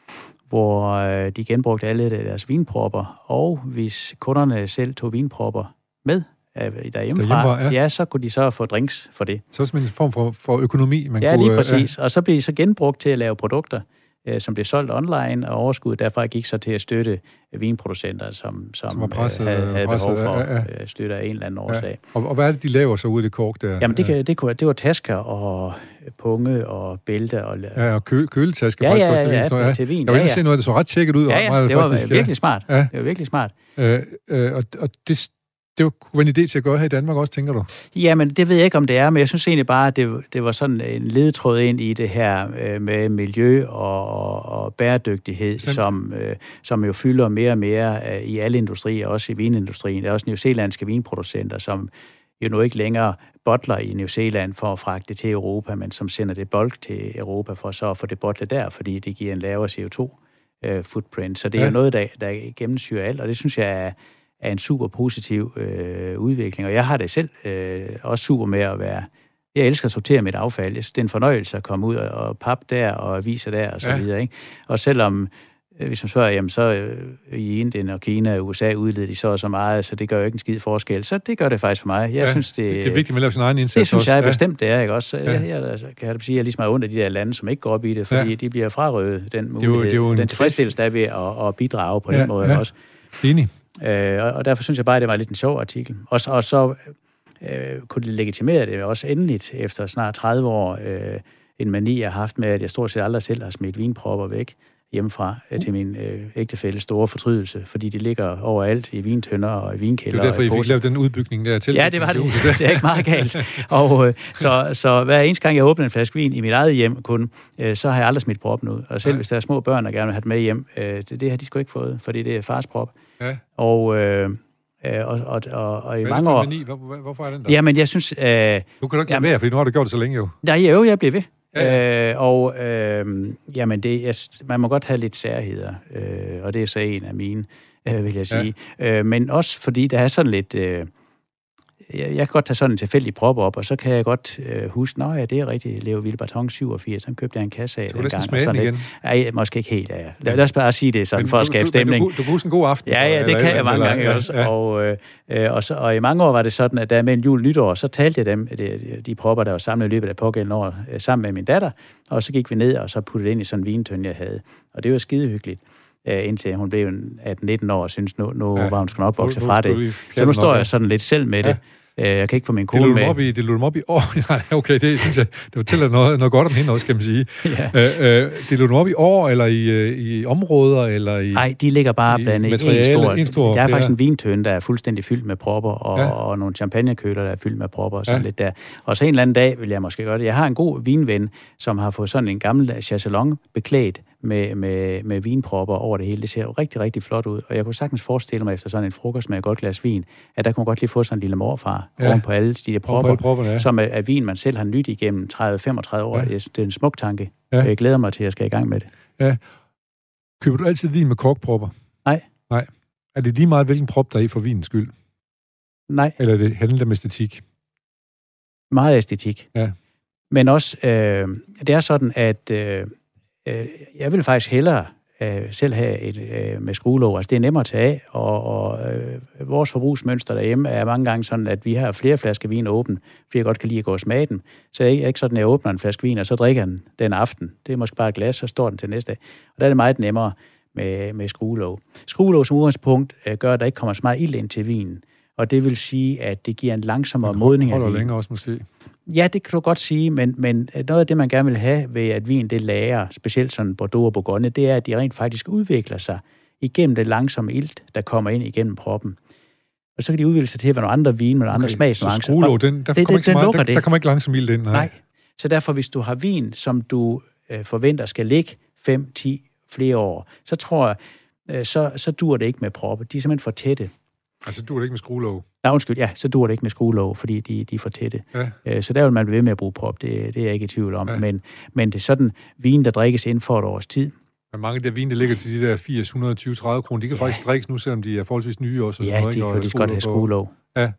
S2: hvor de genbrugte alle deres vinpropper, og hvis kunderne selv tog vinpropper med derhjemmefra, så kunne de så få drinks for det.
S1: Så er det en form for økonomi, man kunne...
S2: lige præcis. Og så blev de så genbrugt til at lave produkter, som blev solgt online, og overskuddet derfra gik så til at støtte vinproducenter, som havde behov for støtte af en eller anden årsag.
S1: Og hvad er det, de laver så ude i det kork der?
S2: Jamen, det var tasker og punge og bælte.
S1: Og køletasker faktisk også.
S2: Til vin.
S1: Jeg vil se noget, det så ret tjekket ud.
S2: Det var virkelig smart. Det var virkelig smart.
S1: Og det kunne være en idé til at gøre her i Danmark også, tænker du? Jamen,
S2: det ved jeg ikke, om det er, men jeg synes egentlig bare, at det var sådan en ledetråd ind i det her med miljø og bæredygtighed, som jo fylder mere og mere i alle industrier, også i vinindustrien. Der er også newzealandske vinproducenter, som jo nu ikke længere bottler i New Zealand for at fragte det til Europa, men som sender det bulk til Europa for så at få det bottlet der, fordi det giver en lavere CO2-footprint. Så det er jo noget, der gennemsyrer alt, og det synes jeg er en super positiv udvikling. Og jeg har det selv også super med at være... Jeg elsker at sortere mit affald. Jeg synes, det er en fornøjelse at komme ud og pappe der og aviser der og så videre. Ikke? Og selvom, hvis man spørger, jamen så i Indien og Kina og USA udleder de så meget, så det gør jo ikke en skid forskel. Så det gør det faktisk for mig. Jeg synes, det
S1: er vigtigt med at lave sin egen indsats.
S2: Det synes jeg bestemt, det er, ikke også? Jeg kan sige, at jeg er lige så meget under de der lande, som ikke går op i det, fordi de bliver frarøvet den mulighed, den tilfredsstillelse, der er ved at bidrage på den måde også.
S1: Enig.
S2: Og derfor synes jeg bare, at det var lidt en sjov artikel. Og så kunne det legitimere det også endeligt efter snart 30 år en mani, jeg har haft med, at jeg stort set aldrig selv har smidt vinpropper væk. hjemmefra til min ægtefælles store fortrydelse, fordi de ligger overalt i vintønder og i vinkælder.
S1: Det er derfor, I fik lavet den udbygning der til.
S2: Ja, det var det. Det er ikke meget galt. Og så hver eneste gang, jeg åbner en flaske vin i mit eget hjem kun, så har jeg aldrig smidt proppen ud. Og selv hvis der er små børn, der gerne vil have det med hjem, det har de sgu ikke fået, fordi det er fars prop. Ja. Og i mange år...
S1: Hvorfor er den der?
S2: Jamen, jeg synes...
S1: nu kan du ikke lade være, fordi nu har du gjort det så længe jo.
S2: Nej, jeg bliver ved. Jamen, man må godt have lidt særheder, og det er så en af mine, vil jeg sige. Men også fordi der er sådan lidt... Jeg kan godt tage sådan en tilfældig prop op, og så kan jeg godt huske, det er rigtigt, Leo Vilbaton 87, han købte jeg en kasse af den gang.
S1: Skal du smage den igen?
S2: Nej, måske ikke helt, ja. Lad os bare sige det sådan, for at skabe stemning.
S1: Du kan huske en god aften.
S2: Ja, det kan jeg mange gange også. Ja. Og i mange år var det sådan, at da mellem jul og nytår, så talte jeg de propper, der var samlet i løbet af pågældende år, sammen med min datter, og så gik vi ned, og så puttede det ind i sådan en vintønde, jeg havde. Og det var skidehyggeligt. Indtil hun blev 18-19 år og syntes, nu var hun sgu nok vokset fra det. Så nu står jeg sådan lidt selv med det. Jeg kan ikke få min kone med.
S1: Det lurer dem op i år. Nej, okay, det synes jeg, det fortæller noget godt om hende også, kan man sige. Ja. Det lurer dem op i år, eller i områder, eller i...
S2: Nej, de ligger bare blandet i en stor... Der er faktisk en vintønde, der er fuldstændig fyldt med propper, og nogle champagnekøler, der er fyldt med propper, og sådan lidt der. Og så en eller anden dag vil jeg måske gøre det. Jeg har en god vinven, som har fået sådan en gammel chaiselong beklædt med vinpropper over det hele. Det ser jo rigtig, rigtig flot ud. Og jeg kunne sagtens forestille mig efter sådan en frokost med et godt glas vin, at der kunne man godt lige få sådan en lille morfar oven på alle de der propper, som er vin, man selv har nyt igennem 30-35 år. Ja. Det er en smuk tanke. Ja. Jeg glæder mig til, at jeg skal i gang med det.
S1: Ja. Køber du altid vin med korkpropper?
S2: Nej.
S1: Er det lige meget, hvilken prop der er i for vinens skyld?
S2: Nej.
S1: Eller handler det om æstetik?
S2: Meget æstetik.
S1: Ja.
S2: Men også, det er sådan, at jeg vil faktisk hellere selv have et med skruelåg. Altså, det er nemmere at tage af, og vores forbrugsmønster derhjemme er mange gange sådan, at vi har flere flasker vin åben, fordi jeg godt kan lide at gå og smage den. Så jeg er ikke sådan, at jeg åbner en flaske vin, og så drikker den aften. Det er måske bare et glas, så står den til næste dag. Og der er det meget nemmere med skruelåg. Skruelåg som udgangspunkt gør, at der ikke kommer så meget ild ind til vinen. Og det vil sige, at det giver en langsommere modning af vin.
S1: Holder længere også måske?
S2: Ja, det kan du godt sige, men noget af det, man gerne vil have ved, at vin det lager, specielt sådan Bordeaux og Bourgogne, det er, at de rent faktisk udvikler sig igennem det langsomme ilt, der kommer ind igennem proppen. Og så kan de udvikle sig til at være nogle andre vine med nogle andre smagsnuancer.
S1: Så skruelåg, der kommer ikke langsomt ilt ind?
S2: Nej. Så derfor, hvis du har vin, som du forventer skal ligge 5-10 flere år, så tror jeg, så dur det ikke med proppe. De er simpelthen for tætte.
S1: Altså, dur det ikke med skruelåg?
S2: Nej, undskyld, ja, så dur det ikke med skruelåg, fordi de er for tætte. Ja. Så der vil man blive ved med at bruge prop, det er jeg ikke i tvivl om. Ja. Men det er sådan vin, der drikkes inden for et års tid.
S1: Men mange af de vin, der ligger til de der 80, 120, 30 kroner, de kan faktisk drikkes nu, selvom de er forholdsvis nye også.
S2: Ja, de kan godt have skruelåg.
S1: Ja.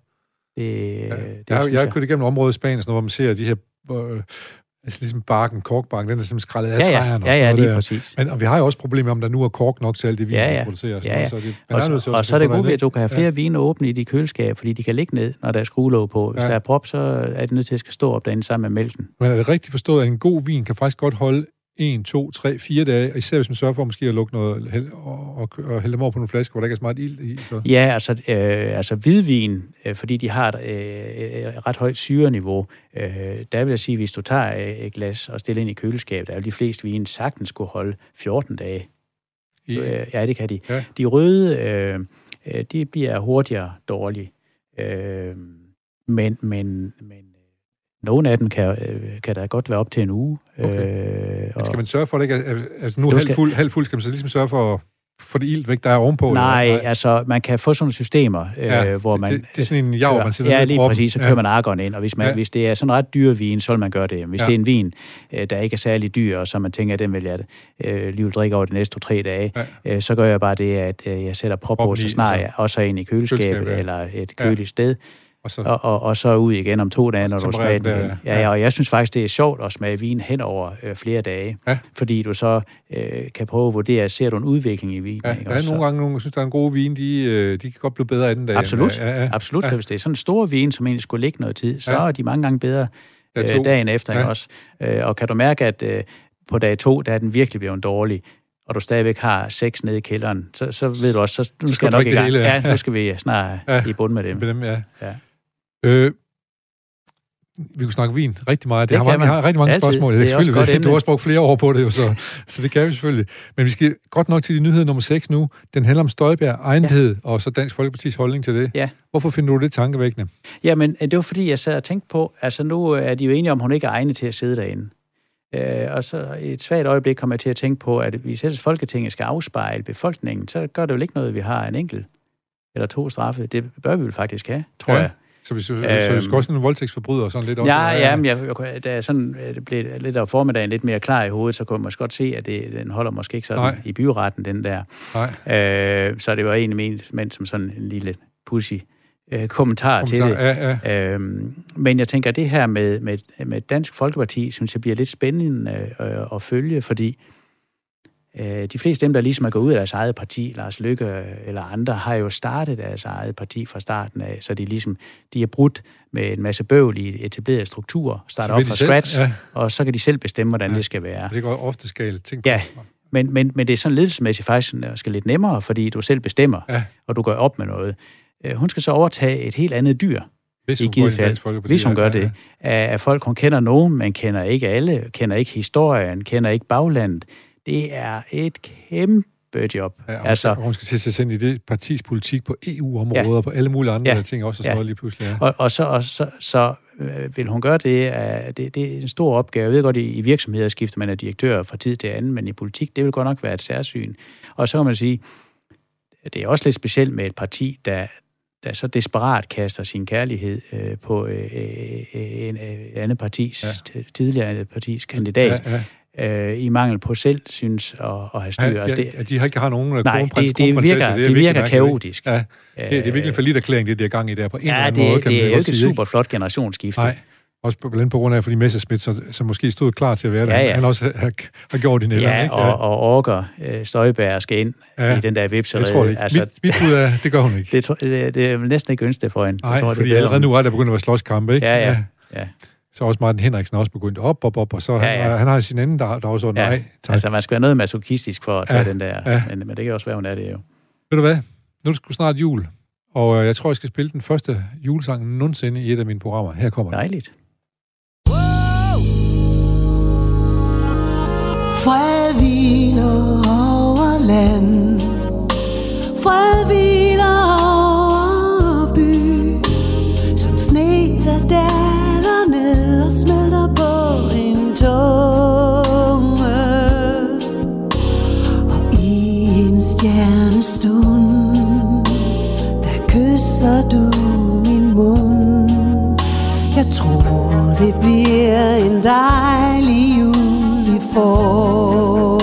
S1: Jeg har kørt igennem området i Spanien, hvor man ser de her... Altså ligesom korkbarken, den er simpelthen skrællet af træerne.
S2: Ja, lige præcis.
S1: Og vi har jo også problemer om der nu er kork nok til alt det vin, der produceres.
S2: Og så er det godt ved, at du kan have flere vine åbne i de køleskab, fordi de kan ligge ned, når der er skruelåg på. Hvis der er prop, så er det nødt til at skal stå op derinde sammen med mælken.
S1: Men er det rigtigt forstået, at en god vin kan faktisk godt holde 1, 2, 3, 4 dage, især hvis man sørger for måske at lukke noget og hælde dem over på nogle flasker, hvor der ikke er så meget ild i? Så.
S2: Ja, altså hvidvin, fordi de har et ret højt syreniveau, der vil jeg sige, hvis du tager et glas og stiller ind i køleskabet, der er de fleste vine sagtens skulle holde 14 dage. Ja, det kan de. Ja. De røde, de bliver hurtigere dårlige. Men nogle af dem kan da godt være op til en uge. Okay.
S1: Men skal man sørge for det ikke? Altså nu halv fuld, skal man så ligesom sørge for det ilt væk, der er ovenpå?
S2: Nej, altså man kan få sådan nogle systemer, hvor man...
S1: Det er sådan en jav, man sætter
S2: ned. Ja, lige præcis, så kører man argon ind, og hvis det er sådan en ret dyr vin, så vil man gøre det. Hvis det er en vin, der ikke er særlig dyr, og så man tænker, at den vil jeg lige drikke over de næste 2-3 dage, så gør jeg bare det, at jeg sætter prop på, så snart jeg også ind i køleskabet eller et køligt sted. Og så ud igen om 2 dage, når du smager den. Ja, og jeg synes faktisk, det er sjovt at smage vin hen over flere dage, fordi du så kan prøve at vurdere, ser du en udvikling i vinen.
S1: Ja, der er nogle gange, nogen synes, der er en god vin, de kan godt blive bedre anden dag.
S2: Absolut, absolut. Hvis det er sådan en stor vin, som egentlig skulle ligge noget tid, så er de mange gange bedre dagen efter også. Og kan du mærke, at på dag 2, der er den virkelig blevet dårlig, og du stadigvæk har 6 nede i kælderen, så ved du også, så nu skal jeg nok i gang. Ja, nu skal vi snart i bund med dem.
S1: Ja. Vi kunne snakke vin rigtig meget. Jeg har rigtig mange spørgsmål. Det er selvfølgelig, du har også brugt flere år på det, jo, så det kan vi selvfølgelig. Men vi skal godt nok til de nyheder nummer 6 nu. Den handler om Støjberg, egnethed, og så Dansk Folkepartis holdning til det.
S2: Ja.
S1: Hvorfor finder du det tankevækkende?
S2: Jamen, det var fordi, jeg sad og tænkte på, altså nu er de jo enige om, hun ikke er egnet til at sidde derinde. Og så i et svagt øjeblik kommer jeg til at tænke på, at hvis ellers Folketinget skal afspejle befolkningen, så gør det jo ikke noget, at vi har en enkelt eller 2 straffe. Det bør vi vel faktisk have, tror jeg.
S1: Så vi skal også en voldtægtsforbryder og sådan lidt også?
S2: Ja, men da sådan blev lidt af formiddagen lidt mere klar i hovedet, så kunne man godt se, at den holder måske ikke sådan i byretten, den der. Så det var egentlig ment som sådan en lille pussy kommentar til det. Ja. Men jeg tænker, at det her med Dansk Folkeparti, synes jeg bliver lidt spændende at følge, fordi de fleste af dem, der ligesom er gået ud af deres eget parti, Lars Løkke eller andre, har jo startet deres eget parti fra starten af, så de er brudt med en masse bøvl i etablerede strukturer, starter op fra scratch, og så kan de selv bestemme, hvordan det skal være.
S1: Det går ofte skalt.
S2: Ja, men det er sådan ledelsesmæssigt faktisk skal lidt nemmere, fordi du selv bestemmer, og du går op med noget. Hun skal så overtage et helt andet dyr, hvis hun gør det. Af folk, hun kender nogen, men kender ikke alle, kender ikke historien, kender ikke baglandet. Det er et kæmpe job.
S1: Ja, hun skal sætte sig ind i det partis politik på EU-områder, og på alle mulige andre ting også, og sådan noget lige pludselig. Ja.
S2: Og så vil hun gøre det. Det er en stor opgave. Jeg ved godt, i virksomheder skifter man af direktør fra tid til anden, men i politik, det vil godt nok være et særsyn. Og så kan man sige, det er også lidt specielt med et parti, der så desperat kaster sin kærlighed på en anden partis, tidligere partis kandidat. I mangel på selv synes at have styr.
S1: De har ikke nogen
S2: det virker kaotisk.
S1: Ja, det er virkelig for lidt erklæring, det der gang i der på en eller anden måde.
S2: Det er jo ikke et super flot generationsskifte.
S1: Nej, også på grund af, fordi Messerschmidt, som måske stod klar til at være der, han også har gjort det netop.
S2: Ja, og orker Støjberg skal ind i den der vipserede.
S1: Jeg tror det ikke. Altså, mit bud er, det gør hun ikke.
S2: Det er næsten ikke ønsket for hende.
S1: Nej, fordi allerede nu er der begyndt at være slåskampe, ikke?
S2: Ja.
S1: Så også Martin Henriksen også begyndt op, og så han har sin anden, der også nej. Tak.
S2: Altså, man skal være noget masochistisk for at tage den der, men det kan også være, hun er det jo.
S1: Ved du hvad? Nu er det sgu snart jul, og jeg tror, jeg skal spille den første julesang nogensinde i et af mine programmer. Her kommer den.
S2: Dejligt.
S4: Fred hviler over land, fred hviler over by, som sne, der daler ned og smelter på en tunge. Og i en stjernestund, der kysser du min mund. Jeg tror, det bliver en dejlig jul, vi får.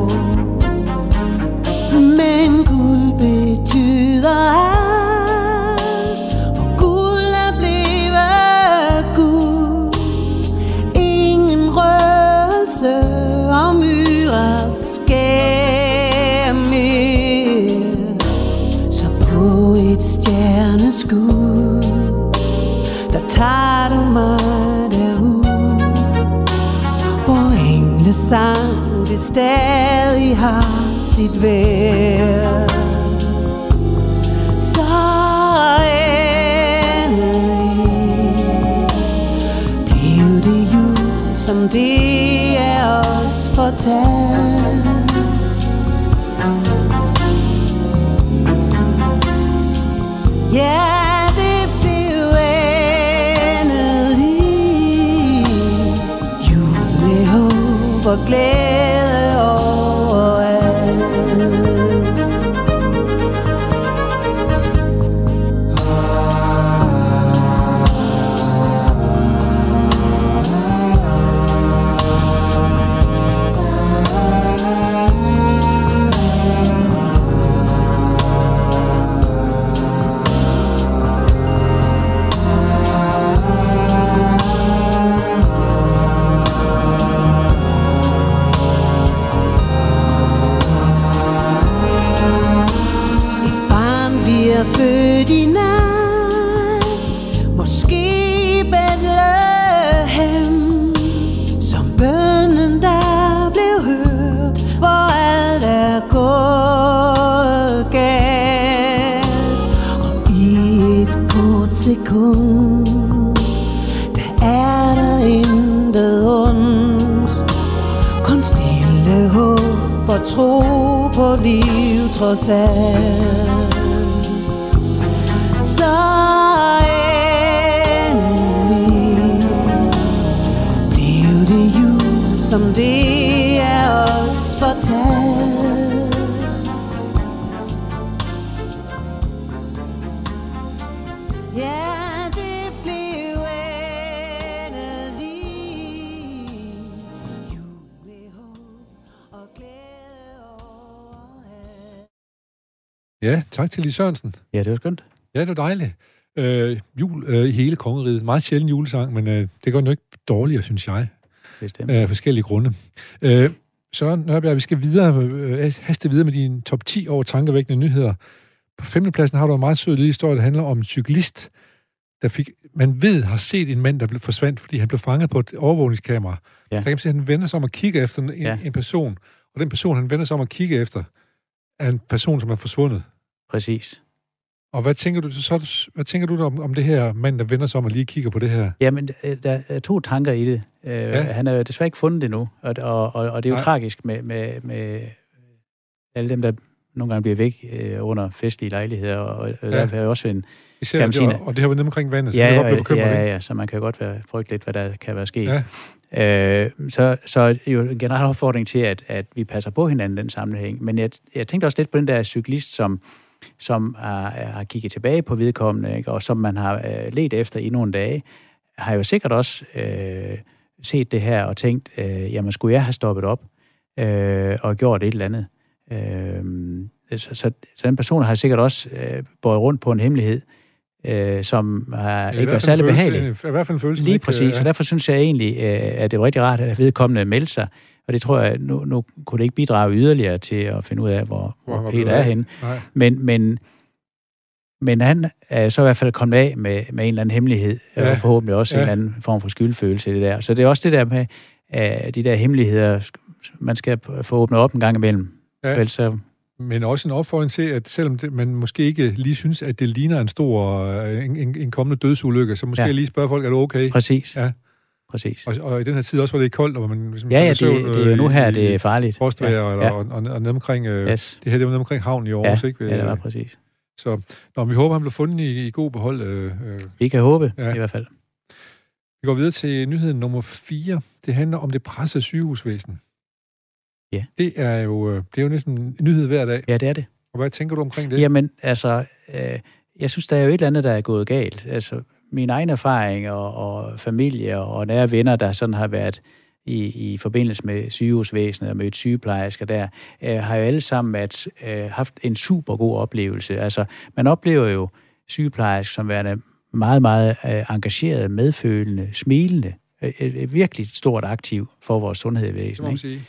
S4: Men guld betyder alt, for guld er blevet guld. Ingen røgelse og myrer skær mere. Så på et stjerneskud, der tager du mig derud, hvor englesang det stadig har sit værd. Så endelig blev det jul, som det er os fortalt. Ja, det blev endelig jul med håb og glæde overalt. tro på liv trods alt. Så endelig blev det jul, som det er os fortalt. Ja, det blev endelig jul med håb og glæde overalt.
S1: Ja, tak til Lis Sørensen.
S2: Ja, det var skønt.
S1: Ja, det var dejligt. Jul i hele kongeriget. Meget sjælden julesang, men det går jo ikke dårligere, synes jeg. Af forskellige grunde. Så Nørbjerg, vi skal videre, haste videre med dine top 10 over tankevækkende nyheder. På 5. pladsen har du en meget sød lille historie, der handler om en cyklist, man ved, har set en mand, der blev forsvandt, fordi han blev fanget på et overvågningskamera. Ja. Der kan man se, at han vender sig om og kigger efter en person, og den person, han vender sig om og kigger efter, er en person, som er forsvundet.
S2: Præcis.
S1: Og hvad tænker du om det her mand, der vender sig om og lige kigger på det her?
S2: Jamen, der er 2 tanker i det. Han er desværre ikke fundet det nu, og det er jo tragisk med alle dem, der nogle gange bliver væk under festlige lejligheder, og derfor er også en...
S1: Især det, og det har været nede omkring vandet, så man kan godt blive bekymret.
S2: Ja, så man kan godt frygte lidt, hvad der kan være sket. Ja. Så jo en generel opfordring til, at vi passer på hinanden i den sammenhæng. Men jeg tænkte også lidt på den der cyklist, som har kigget tilbage på vedkommende, ikke? Og som man har ledt efter i nogle dage, har jo sikkert også set det her og tænkt, jamen skulle jeg have stoppet op og gjort et eller andet. Så den person har sikkert også båret rundt på en hemmelighed, som har ikke været særlig behagelig.
S1: I hvert fald en følelse.
S2: Lige præcis, så derfor synes jeg egentlig, at det er rigtig rart, at vedkommende meldte sig. Og det tror jeg, nu kunne det ikke bidrage yderligere til at finde ud af, hvor Peter er henne. Men han er så i hvert fald kommet af med en eller anden hemmelighed, og forhåbentlig også en eller anden form for skyldfølelse i det der. Så det er også det der med de der hemmeligheder, man skal få åbnet op en gang imellem.
S1: Ja. Men også en opfordring til, at selvom man måske ikke lige synes, at det ligner en stor, en kommende dødsulykke, så måske lige spørge folk, er du okay?
S2: Præcis.
S1: Ja.
S2: Præcis.
S1: Og i den her tid også, hvor det er koldt, og man
S2: det er jo nu her, det er farligt.
S1: Frostvejr, og nede omkring, det her, det var nede omkring havnen i Aarhus, ikke?
S2: Ja, det var præcis.
S1: Så vi håber, han bliver fundet i god behold.
S2: Vi kan håbe, i hvert fald.
S1: Vi går videre til nyhed nummer 4. Det handler om det pressede sygehusvæsen.
S2: Ja.
S1: Det er jo næsten en nyhed hver dag.
S2: Ja, det er det.
S1: Og hvad tænker du omkring det?
S2: Jamen, altså, jeg synes, der er jo et eller andet, der er gået galt. Altså, min egen erfaring og familie og nære venner, der sådan har været i forbindelse med sygehusvæsenet og mødt sygeplejersker der, har jo alle sammen haft en super god oplevelse. Altså, man oplever jo sygeplejersker som værende meget, meget engageret, medfølende, smilende, et virkelig stort aktiv for vores sundhedsvæsen.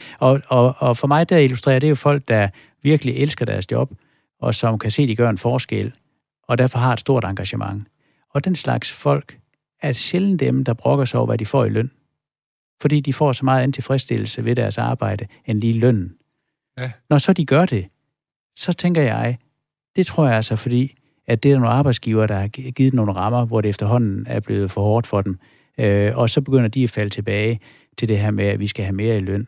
S2: Og for mig, der illustrerer det jo folk, der virkelig elsker deres job, og som kan se, at de gør en forskel, og derfor har et stort engagement. Og den slags folk er sjældent dem, der brokker sig over, hvad de får i løn. Fordi de får så meget en tilfredsstillelse ved deres arbejde, end lige lønnen. Ja. Når så de gør det, så tænker jeg, det tror jeg altså, fordi at det er nogle arbejdsgiver, der har givet nogle rammer, hvor det efterhånden er blevet for hårdt for dem. Og så begynder de at falde tilbage til det her med, at vi skal have mere i løn.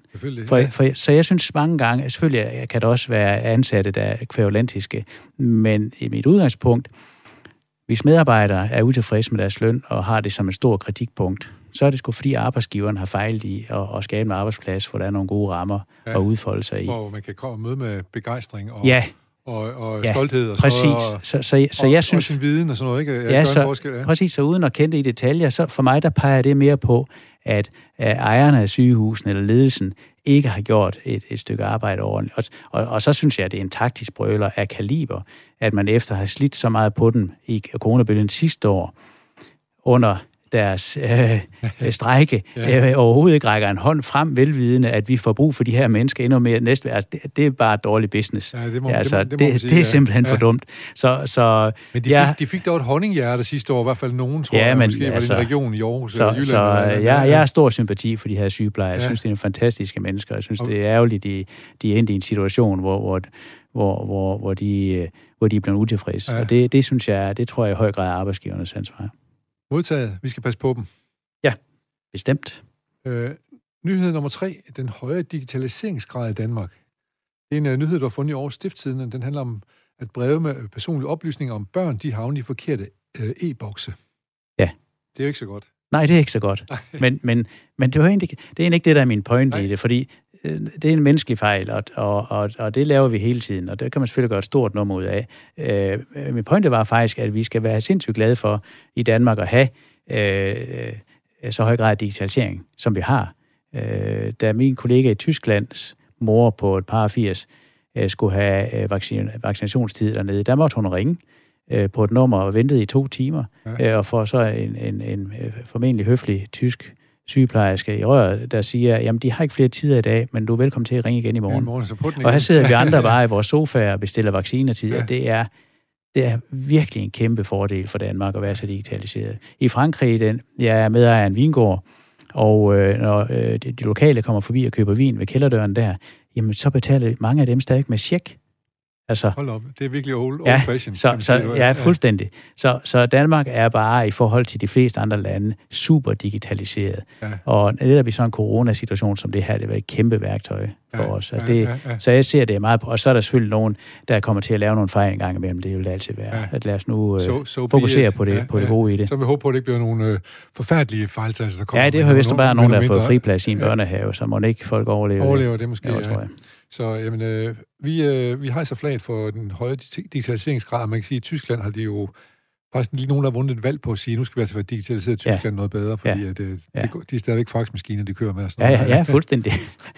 S2: Så jeg synes mange gange, selvfølgelig kan der også være ansatte, der er kværulantiske, men i mit udgangspunkt, hvis medarbejdere er utilfredse med deres løn og har det som et stort kritikpunkt, så er det sgu fordi arbejdsgiveren har fejlet i at skabe en arbejdsplads, hvor der er nogle gode rammer at udfolde sig i.
S1: Hvor man kan komme og møde med begejstring og, og stolthed. Og
S2: præcis. Så jeg synes...
S1: Og sin viden og sådan noget, ikke?
S2: Præcis, så uden at kende det i detaljer, så for mig, der peger det mere på, at ejerne af sygehusen eller ledelsen ikke har gjort et stykke arbejde ordentligt. Og så synes jeg, at det er en taktisk brøler af kaliber, at man efter har slidt så meget på den i coronabølgen sidste år, under deres strejke, overhovedet ikke rækker en hånd frem, velvidende, at vi får brug for de her mennesker endnu mere næstværd. Det er bare dårlig business. Ja, det er simpelthen for dumt.
S1: Men de fik da et honninghjerte sidste år, i hvert fald nogen, tror jeg, måske var det en region i Aarhus eller Jylland.
S2: Jeg har stor sympati for de her sygeplejer. Jeg synes, det er nogle fantastiske mennesker. Jeg synes, det er ærgerligt, de er endt i en situation, hvor de er blevet utilfredse. Og det synes jeg, det tror jeg i høj grad er arbejdsgivernes ansvar.
S1: Modtaget. Vi skal passe på dem.
S2: Ja, bestemt.
S1: Nyhed nummer 3. Den høje digitaliseringsgrad i Danmark. En nyhed, du har fundet i Aarhus Stiftstidende, den handler om, at breve med personlige oplysninger om børn, de havner i forkerte e-bokse.
S2: Ja.
S1: Det er jo ikke så godt.
S2: Nej, det er ikke så godt. Men det er egentlig ikke det, der er min pointe i det, fordi det er en menneskelig fejl, og det laver vi hele tiden, og det kan man selvfølgelig gøre et stort nummer ud af. Min pointe var faktisk, at vi skal være sindssygt glade for i Danmark at have så høj grad af digitalisering, som vi har. Da min kollega i Tysklands mor på et par 80 skulle have vaccinationstid dernede, der måtte hun ringe på et nummer og ventede i 2 timer, og for så en formentlig høflig tysk sygeplejerske i røret, der siger, jamen de har ikke flere tider i dag, men du er velkommen til at ringe igen i morgen. Og her sidder vi andre bare i vores sofaer og bestiller vaccinetider. Ja. Det er virkelig en kæmpe fordel for Danmark at være så digitaliseret. I Frankrig, jeg er medejer af en vingård, og når de lokale kommer forbi og køber vin ved kælderdøren der, jamen så betaler mange af dem stadig med check. Altså, hold op,
S1: det er virkelig old fashion.
S2: Ja, fuldstændig. Så Danmark er bare i forhold til de fleste andre lande super digitaliseret. Ja. Og netop i sådan en coronasituation som det her, det var et kæmpe værktøj for os. Altså så jeg ser det meget på. Og så er der selvfølgelig nogen, der kommer til at lave nogle fejl en gang imellem. Det vil det altid være. Ja. At lad os nu fokusere på det gode i det.
S1: Så vi håber på, at det ikke bliver nogle forfærdelige fejltagelser, der kommer.
S2: Ja, det har vist bare nogen, der har fået friplads i en børnehave, så må ikke folk overleve
S1: det måske,
S2: tror jeg.
S1: Så jamen, vi har så flaget for den høje digitaliseringsgrad. Man kan sige, at i Tyskland har de jo faktisk lige nogen, der har vundet et valg på at sige, nu skal vi altså være digitaliseret i Tyskland noget bedre, fordi at, de er stadigvæk faxmaskiner, de kører med. Og sådan noget.
S2: Ja, fuldstændig.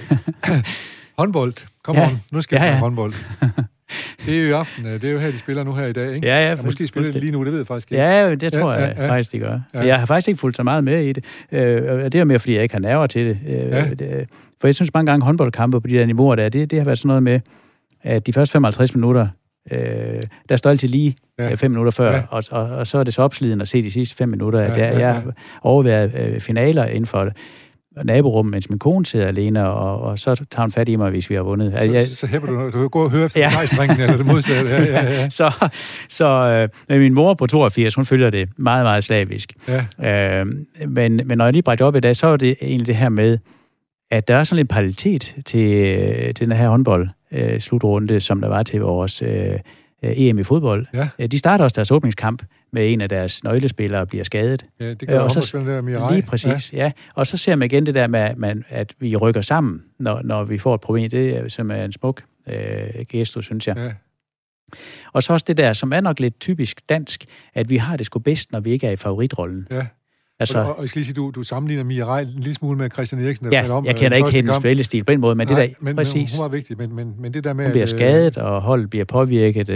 S1: Håndbold. Kom on, nu skal vi tage håndbold. Det er jo i aften. Det er jo her, de spiller nu her i dag, ikke?
S2: Ja,
S1: måske spiller de lige nu, det ved jeg faktisk ikke.
S2: Ja, det tror jeg faktisk, de gør. Ja. Jeg har faktisk ikke fulgt så meget med i det. Det er mere, fordi jeg ikke har nerver til det. For jeg synes mange gange, håndboldkampe på de der niveauer der, det har været sådan noget med, at de første 55 minutter, der står altid lige 5 minutter før, og så er det så opslidende at se de sidste 5 minutter. Jeg har overværet finaler inden for naborummet, mens min kone sidder alene, og så tager hun fat i mig, hvis vi har vundet.
S1: Så hæpper du kan gå og høre efter begejstringen, eller det modsatte. Ja.
S2: Så min mor på 82, hun følger det meget, meget slavisk. Ja. Men når jeg lige brækker op i dag, så er det egentlig det her med, at der er sådan en parallelitet til den her håndbold-slutrunde, som der var til vores EM i fodbold. Ja. De starter også deres åbningskamp med en af deres nøglespillere bliver skadet.
S1: Ja, det gør håndboldspilleren der, Mirai.
S2: Lige præcis, ja. Og så ser man igen det der med, at vi rykker sammen, når vi får et problem. Det er som en smuk gesto, synes jeg. Ja. Og så også det der, som er nok lidt typisk dansk, at vi har det sgu bedst, når vi ikke er i favoritrollen. Ja.
S1: Altså, og jeg skal lige sige, du sammenligner Mirai en lille smule med Christian Eriksen.
S2: Jeg kender ikke hendes spillestil på den måde, men det der præcis.
S1: Hun var vigtig, men det der med...
S2: Hun bliver skadet, og holdet bliver påvirket,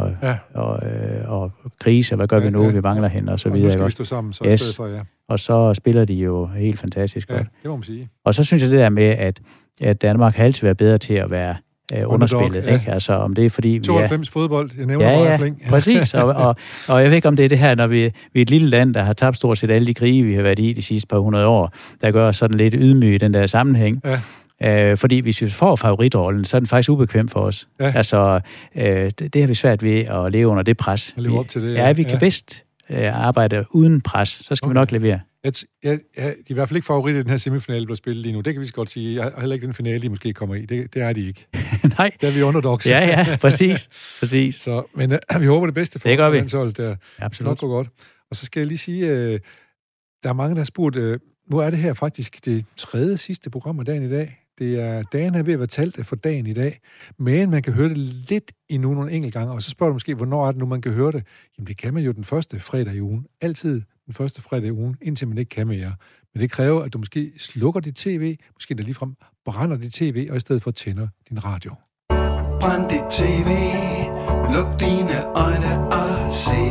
S2: og krise, hvad gør vi nu, vi mangler hende, og så videre.
S1: Og nu skal vi stå sammen, så i stedet for,
S2: Og så spiller de jo helt fantastisk godt.
S1: Det må man sige.
S2: Og så synes jeg det der med, at Danmark har altid været bedre til at være underspillet, ikke? Altså, om det er fordi...
S1: 92 fodbold, jeg nævner bare fling.
S2: Præcis, og jeg ved ikke, om det er det her, når vi er et lille land, der har tabt stort set alle de krige, vi har været i de sidste par 100 år, der gør sådan lidt ydmyg i den der sammenhæng. Ja. Fordi hvis vi får favoritrollen, så er den faktisk ubekvem for os. Ja. Altså, det har vi svært ved at leve under det pres.
S1: At leve op til det,
S2: ja. Vi kan bedst arbejde uden pres, så skal vi nok levere.
S1: De er i hvert fald ikke favorit i den her semifinale, der spiller lige nu. Det kan vi så godt sige. Jeg har heller ikke den finale, de måske kommer i. Det er de ikke.
S2: Nej.
S1: Det er vi underdogs.
S2: Ja, præcis.
S1: Så, men vi håber det bedste for
S2: det
S1: hold. Det nok går godt. Og så skal jeg lige sige, der er mange, der har spurgt, nu er det her faktisk det 3. sidste program af dagen i dag. Dagen er ved at være talt for dagen i dag, men man kan høre det lidt endnu nogle enkelt gange, og så spørger du måske, hvornår er det nu, man kan høre det? Jamen, det kan man jo den første fredag i ugen. Altid den første fredag i ugen, indtil man ikke kan mere. Men det kræver, at du måske slukker dit tv, måske der ligefrem brænder dit tv, og i stedet for tænder din radio.
S3: Brænd dit tv, luk dine øjne og se,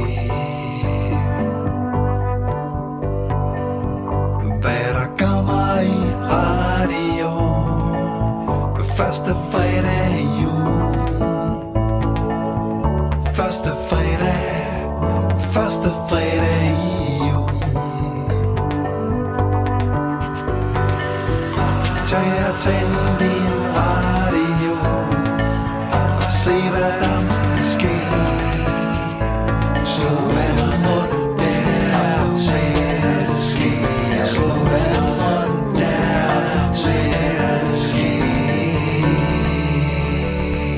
S3: hvad der kommer i radio. Første fredag i jul. Første fredag i jul. Tag og tænd din radio og se hvad der sker. Slå vejret rundt der, se det sker. Slå vejret rundt der, se det sker.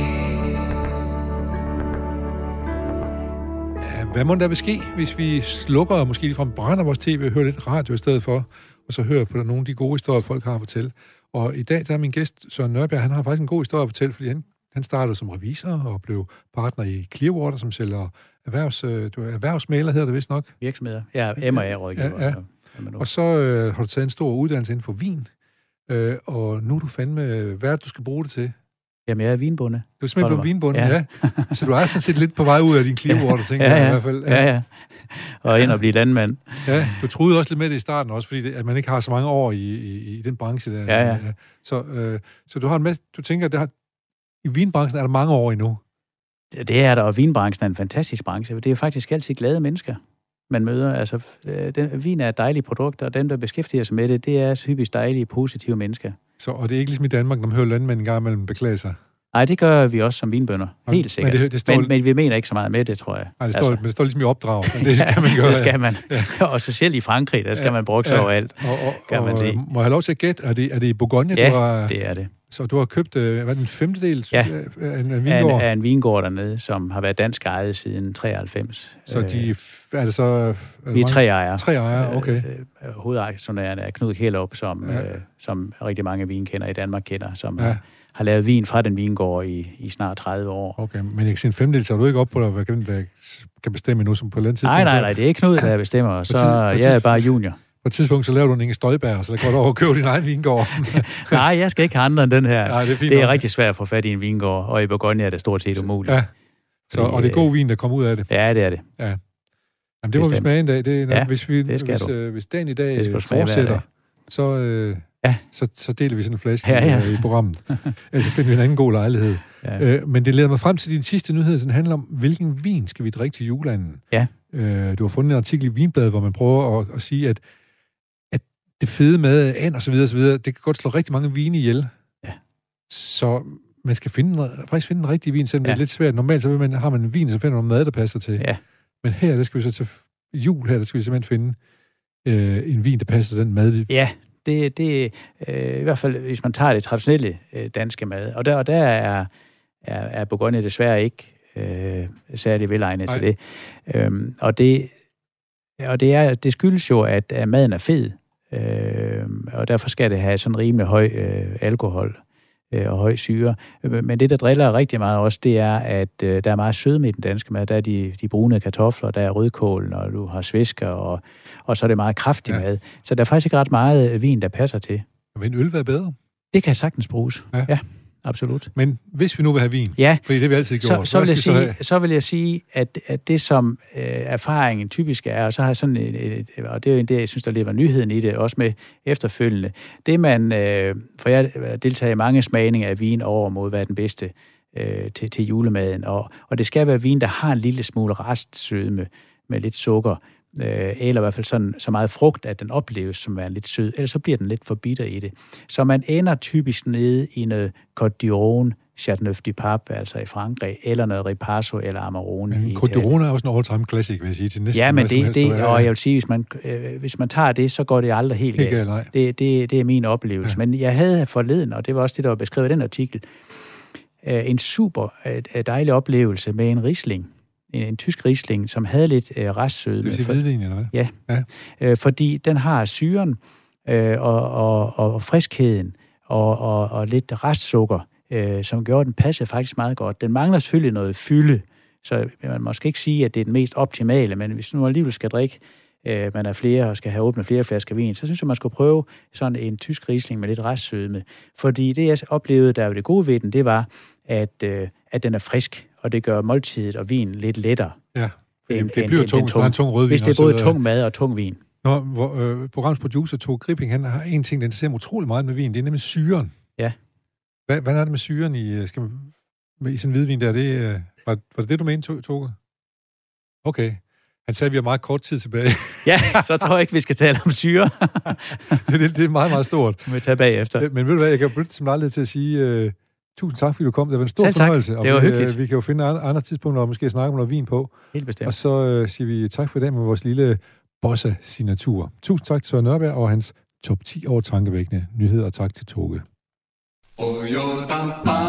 S1: Hvad må der vil ske, hvis vi slukker og måske ligefrem brænder vores tv og hører lidt radio i stedet for, og så hører på nogle af de gode historier, folk har at fortælle. Og i dag, der er min gæst, Søren Nørberg, han har faktisk en god historie at fortælle, fordi han startede som revisor og blev partner i Clearwater, som sælger erhvervsmægler, hedder det vist nok.
S2: Virksomheder. Ja, M&A-rådgiver.
S1: Ja. Og så har du taget en stor uddannelse inden for vin, og nu er du fandme, hvad er det, du skal bruge det til?
S2: Jamen, jeg er vinbonde.
S1: Du er simpelthen blevet vinbonde, ja. Så du er sådan set lidt på vej ud af din Clearwater, tænker jeg i hvert fald.
S2: Ja. Og ind og blive landmand.
S1: Ja, du troede også lidt med det i starten også, fordi at man ikke har så mange år i den branche der.
S2: Ja.
S1: Så du har en masse, du tænker, at i vinbranchen er der mange år endnu.
S2: Det er der, og vinbranchen er en fantastisk branche. Det er faktisk altid glade mennesker, man møder. Altså, vin er et dejligt produkt, og dem, der beskæftiger sig med det, det er typisk dejlige, positive mennesker.
S1: Og det er ikke ligesom i Danmark, når man hører landmænd en gang imellem beklage sig?
S2: Nej, det gør vi også som vinbønder. Helt sikkert. Men vi mener ikke så meget med det, tror jeg.
S1: Nej, det står ligesom i opdrag. Det skal man gøre.
S2: Det skal man. Ja. Og specielt i Frankrig, der skal man bruge sig overalt, kan man sige.
S1: Må jeg have lov til at gætte? Er det i Bourgogne,
S2: ja,
S1: du har...
S2: det er det.
S1: Så du har købt, en femtedel
S2: af
S1: en vingård?
S2: Af en vingård dernede, som har været dansk ejet siden 93.
S1: Så er det så...
S2: Vi er 3 ejere.
S1: 3 ejere, okay.
S2: Hovedaktionærerne er Knud Kjellup, som rigtig mange vinkender i Danmark kender, som har lavet vin fra den vingård i snart 30 år.
S1: Okay, men ikke sin femdel, så er du ikke op på dig, hvad kan bestemme nu som på et eller andet tidspunkt?
S2: Nej, det er ikke Knud, der bestemmer, så jeg er bare junior.
S1: På et tidspunkt, så laver du en Inge Støjberg, så der går du over og køber din egen vingård.
S2: Nej, jeg skal ikke have andre end den her.
S1: Nej,
S2: det er rigtig svært at få fat i en vingård, og i Bourgogne er det stort set umuligt.
S1: Ja. Og det er god vin, der kommer ud af det.
S2: Ja, det er det.
S1: Ja. Jamen, det må vi smage en dag. Det er nok, hvis dagen i dag fortsætter, så deler vi sådan en flaske i programmet. Ellers finder vi en anden god lejlighed. Ja. Men det leder mig frem til din sidste nyhed, som handler om, hvilken vin skal vi drikke til juleanden.
S2: Ja.
S1: Du har fundet en artikel i Vinbladet, hvor man prøver at sige, at det fede med and og så videre, det kan godt slå rigtig mange vine ihjel. Ja. Så man skal faktisk finde en rigtig vin, selvom det er lidt svært. Normalt så har man en vin, så finder man mad, der passer til. Ja. Men her, der skal vi så til jul her, der skal vi simpelthen finde en vin, der passer til den mad.
S2: Ja, det i hvert fald, hvis man tager det traditionelle danske mad. Og der er Bourgogne desværre ikke særlig velegnet til det. Det skyldes jo, at maden er fed. Og derfor skal det have sådan rimelig høj alkohol og høj syre. Men det, der driller rigtig meget også, det er, at der er meget sødme i den danske mad. Der er de brune kartofler, der er rødkål, og du har svisker, og så er det meget kraftig mad. Så der er faktisk ikke ret meget vin, der passer til.
S1: Vil en øl være bedre?
S2: Det kan sagtens bruges, ja. Absolut.
S1: Men hvis vi nu vil have vin, fordi det vi altid gjort,
S2: så vil jeg sige, at det som erfaringen typisk er, og så har jeg sådan og det er jo det, jeg synes, der lever nyheden i det, også med efterfølgende, det man, for jeg deltager i mange smagninger af vin over mod, hvad er den bedste til julemaden, og det skal være vin, der har en lille smule restsødme med lidt sukker, eller i hvert fald sådan, så meget frugt, at den opleves som er lidt sød, ellers så bliver den lidt for bitter i det. Så man ender typisk nede i noget Côte d'Iron, Châteauneuf du Pape, altså i Frankrig, eller noget Ripasso eller Amarone i
S1: Côte d'Iron er også en all-time classic, vil jeg sige, til næsten.
S2: Ja, men og jeg vil sige, hvis man tager det, så går det aldrig helt galt. Det er min oplevelse. Ja. Men jeg havde forleden, og det var også det, der var beskrevet i den artikel, en super dejlig oplevelse med en Riesling. En tysk Riesling, som havde lidt restsødme.
S1: Det vil sige hvidvin, eller hvad?
S2: Ja. Fordi den har syren og friskheden og lidt restsukker, som gjorde, den passede faktisk meget godt. Den mangler selvfølgelig noget fylde, så man måske ikke sige, at det er den mest optimale, men hvis nu alligevel skal drikke, man er flere og skal have åbnet flere flasker vin, så synes jeg, man skulle prøve sådan en tysk Riesling med lidt restsødme. Fordi det, jeg oplevede, der var det gode ved den, det var, at den er frisk, og det gør måltidet og vin lidt lettere.
S1: Ja, det bliver tung rødvin.
S2: Hvis det er både tung mad og tung vin.
S1: Programmets producer, Tove Gripping, han har en ting, der interesserer mig utrolig meget med vin, det er nemlig syren.
S2: Ja.
S1: Hvad er det med syren i sådan en hvidvin der? Var det du mente, Tove? Okay. Han sagde, at vi har meget kort tid tilbage.
S2: Ja, så tror jeg ikke, vi skal tale om syre.
S1: det er meget, meget stort.
S2: Vi tager bagefter.
S1: Men ved du hvad, jeg kan jo benytte som lejlighed til at sige tusind tak, fordi du kom. Det var en stor fornøjelse.
S2: Det var hyggeligt.
S1: Vi kan jo finde andre tidspunkter, og måske snakke om noget vin på.
S2: Helt bestemt.
S1: Og så siger vi tak for i dag med vores lille Bossa-signatur. Tusind tak til Søren Nørberg og hans top 10 år tankevækkende nyheder, og tak til Toge.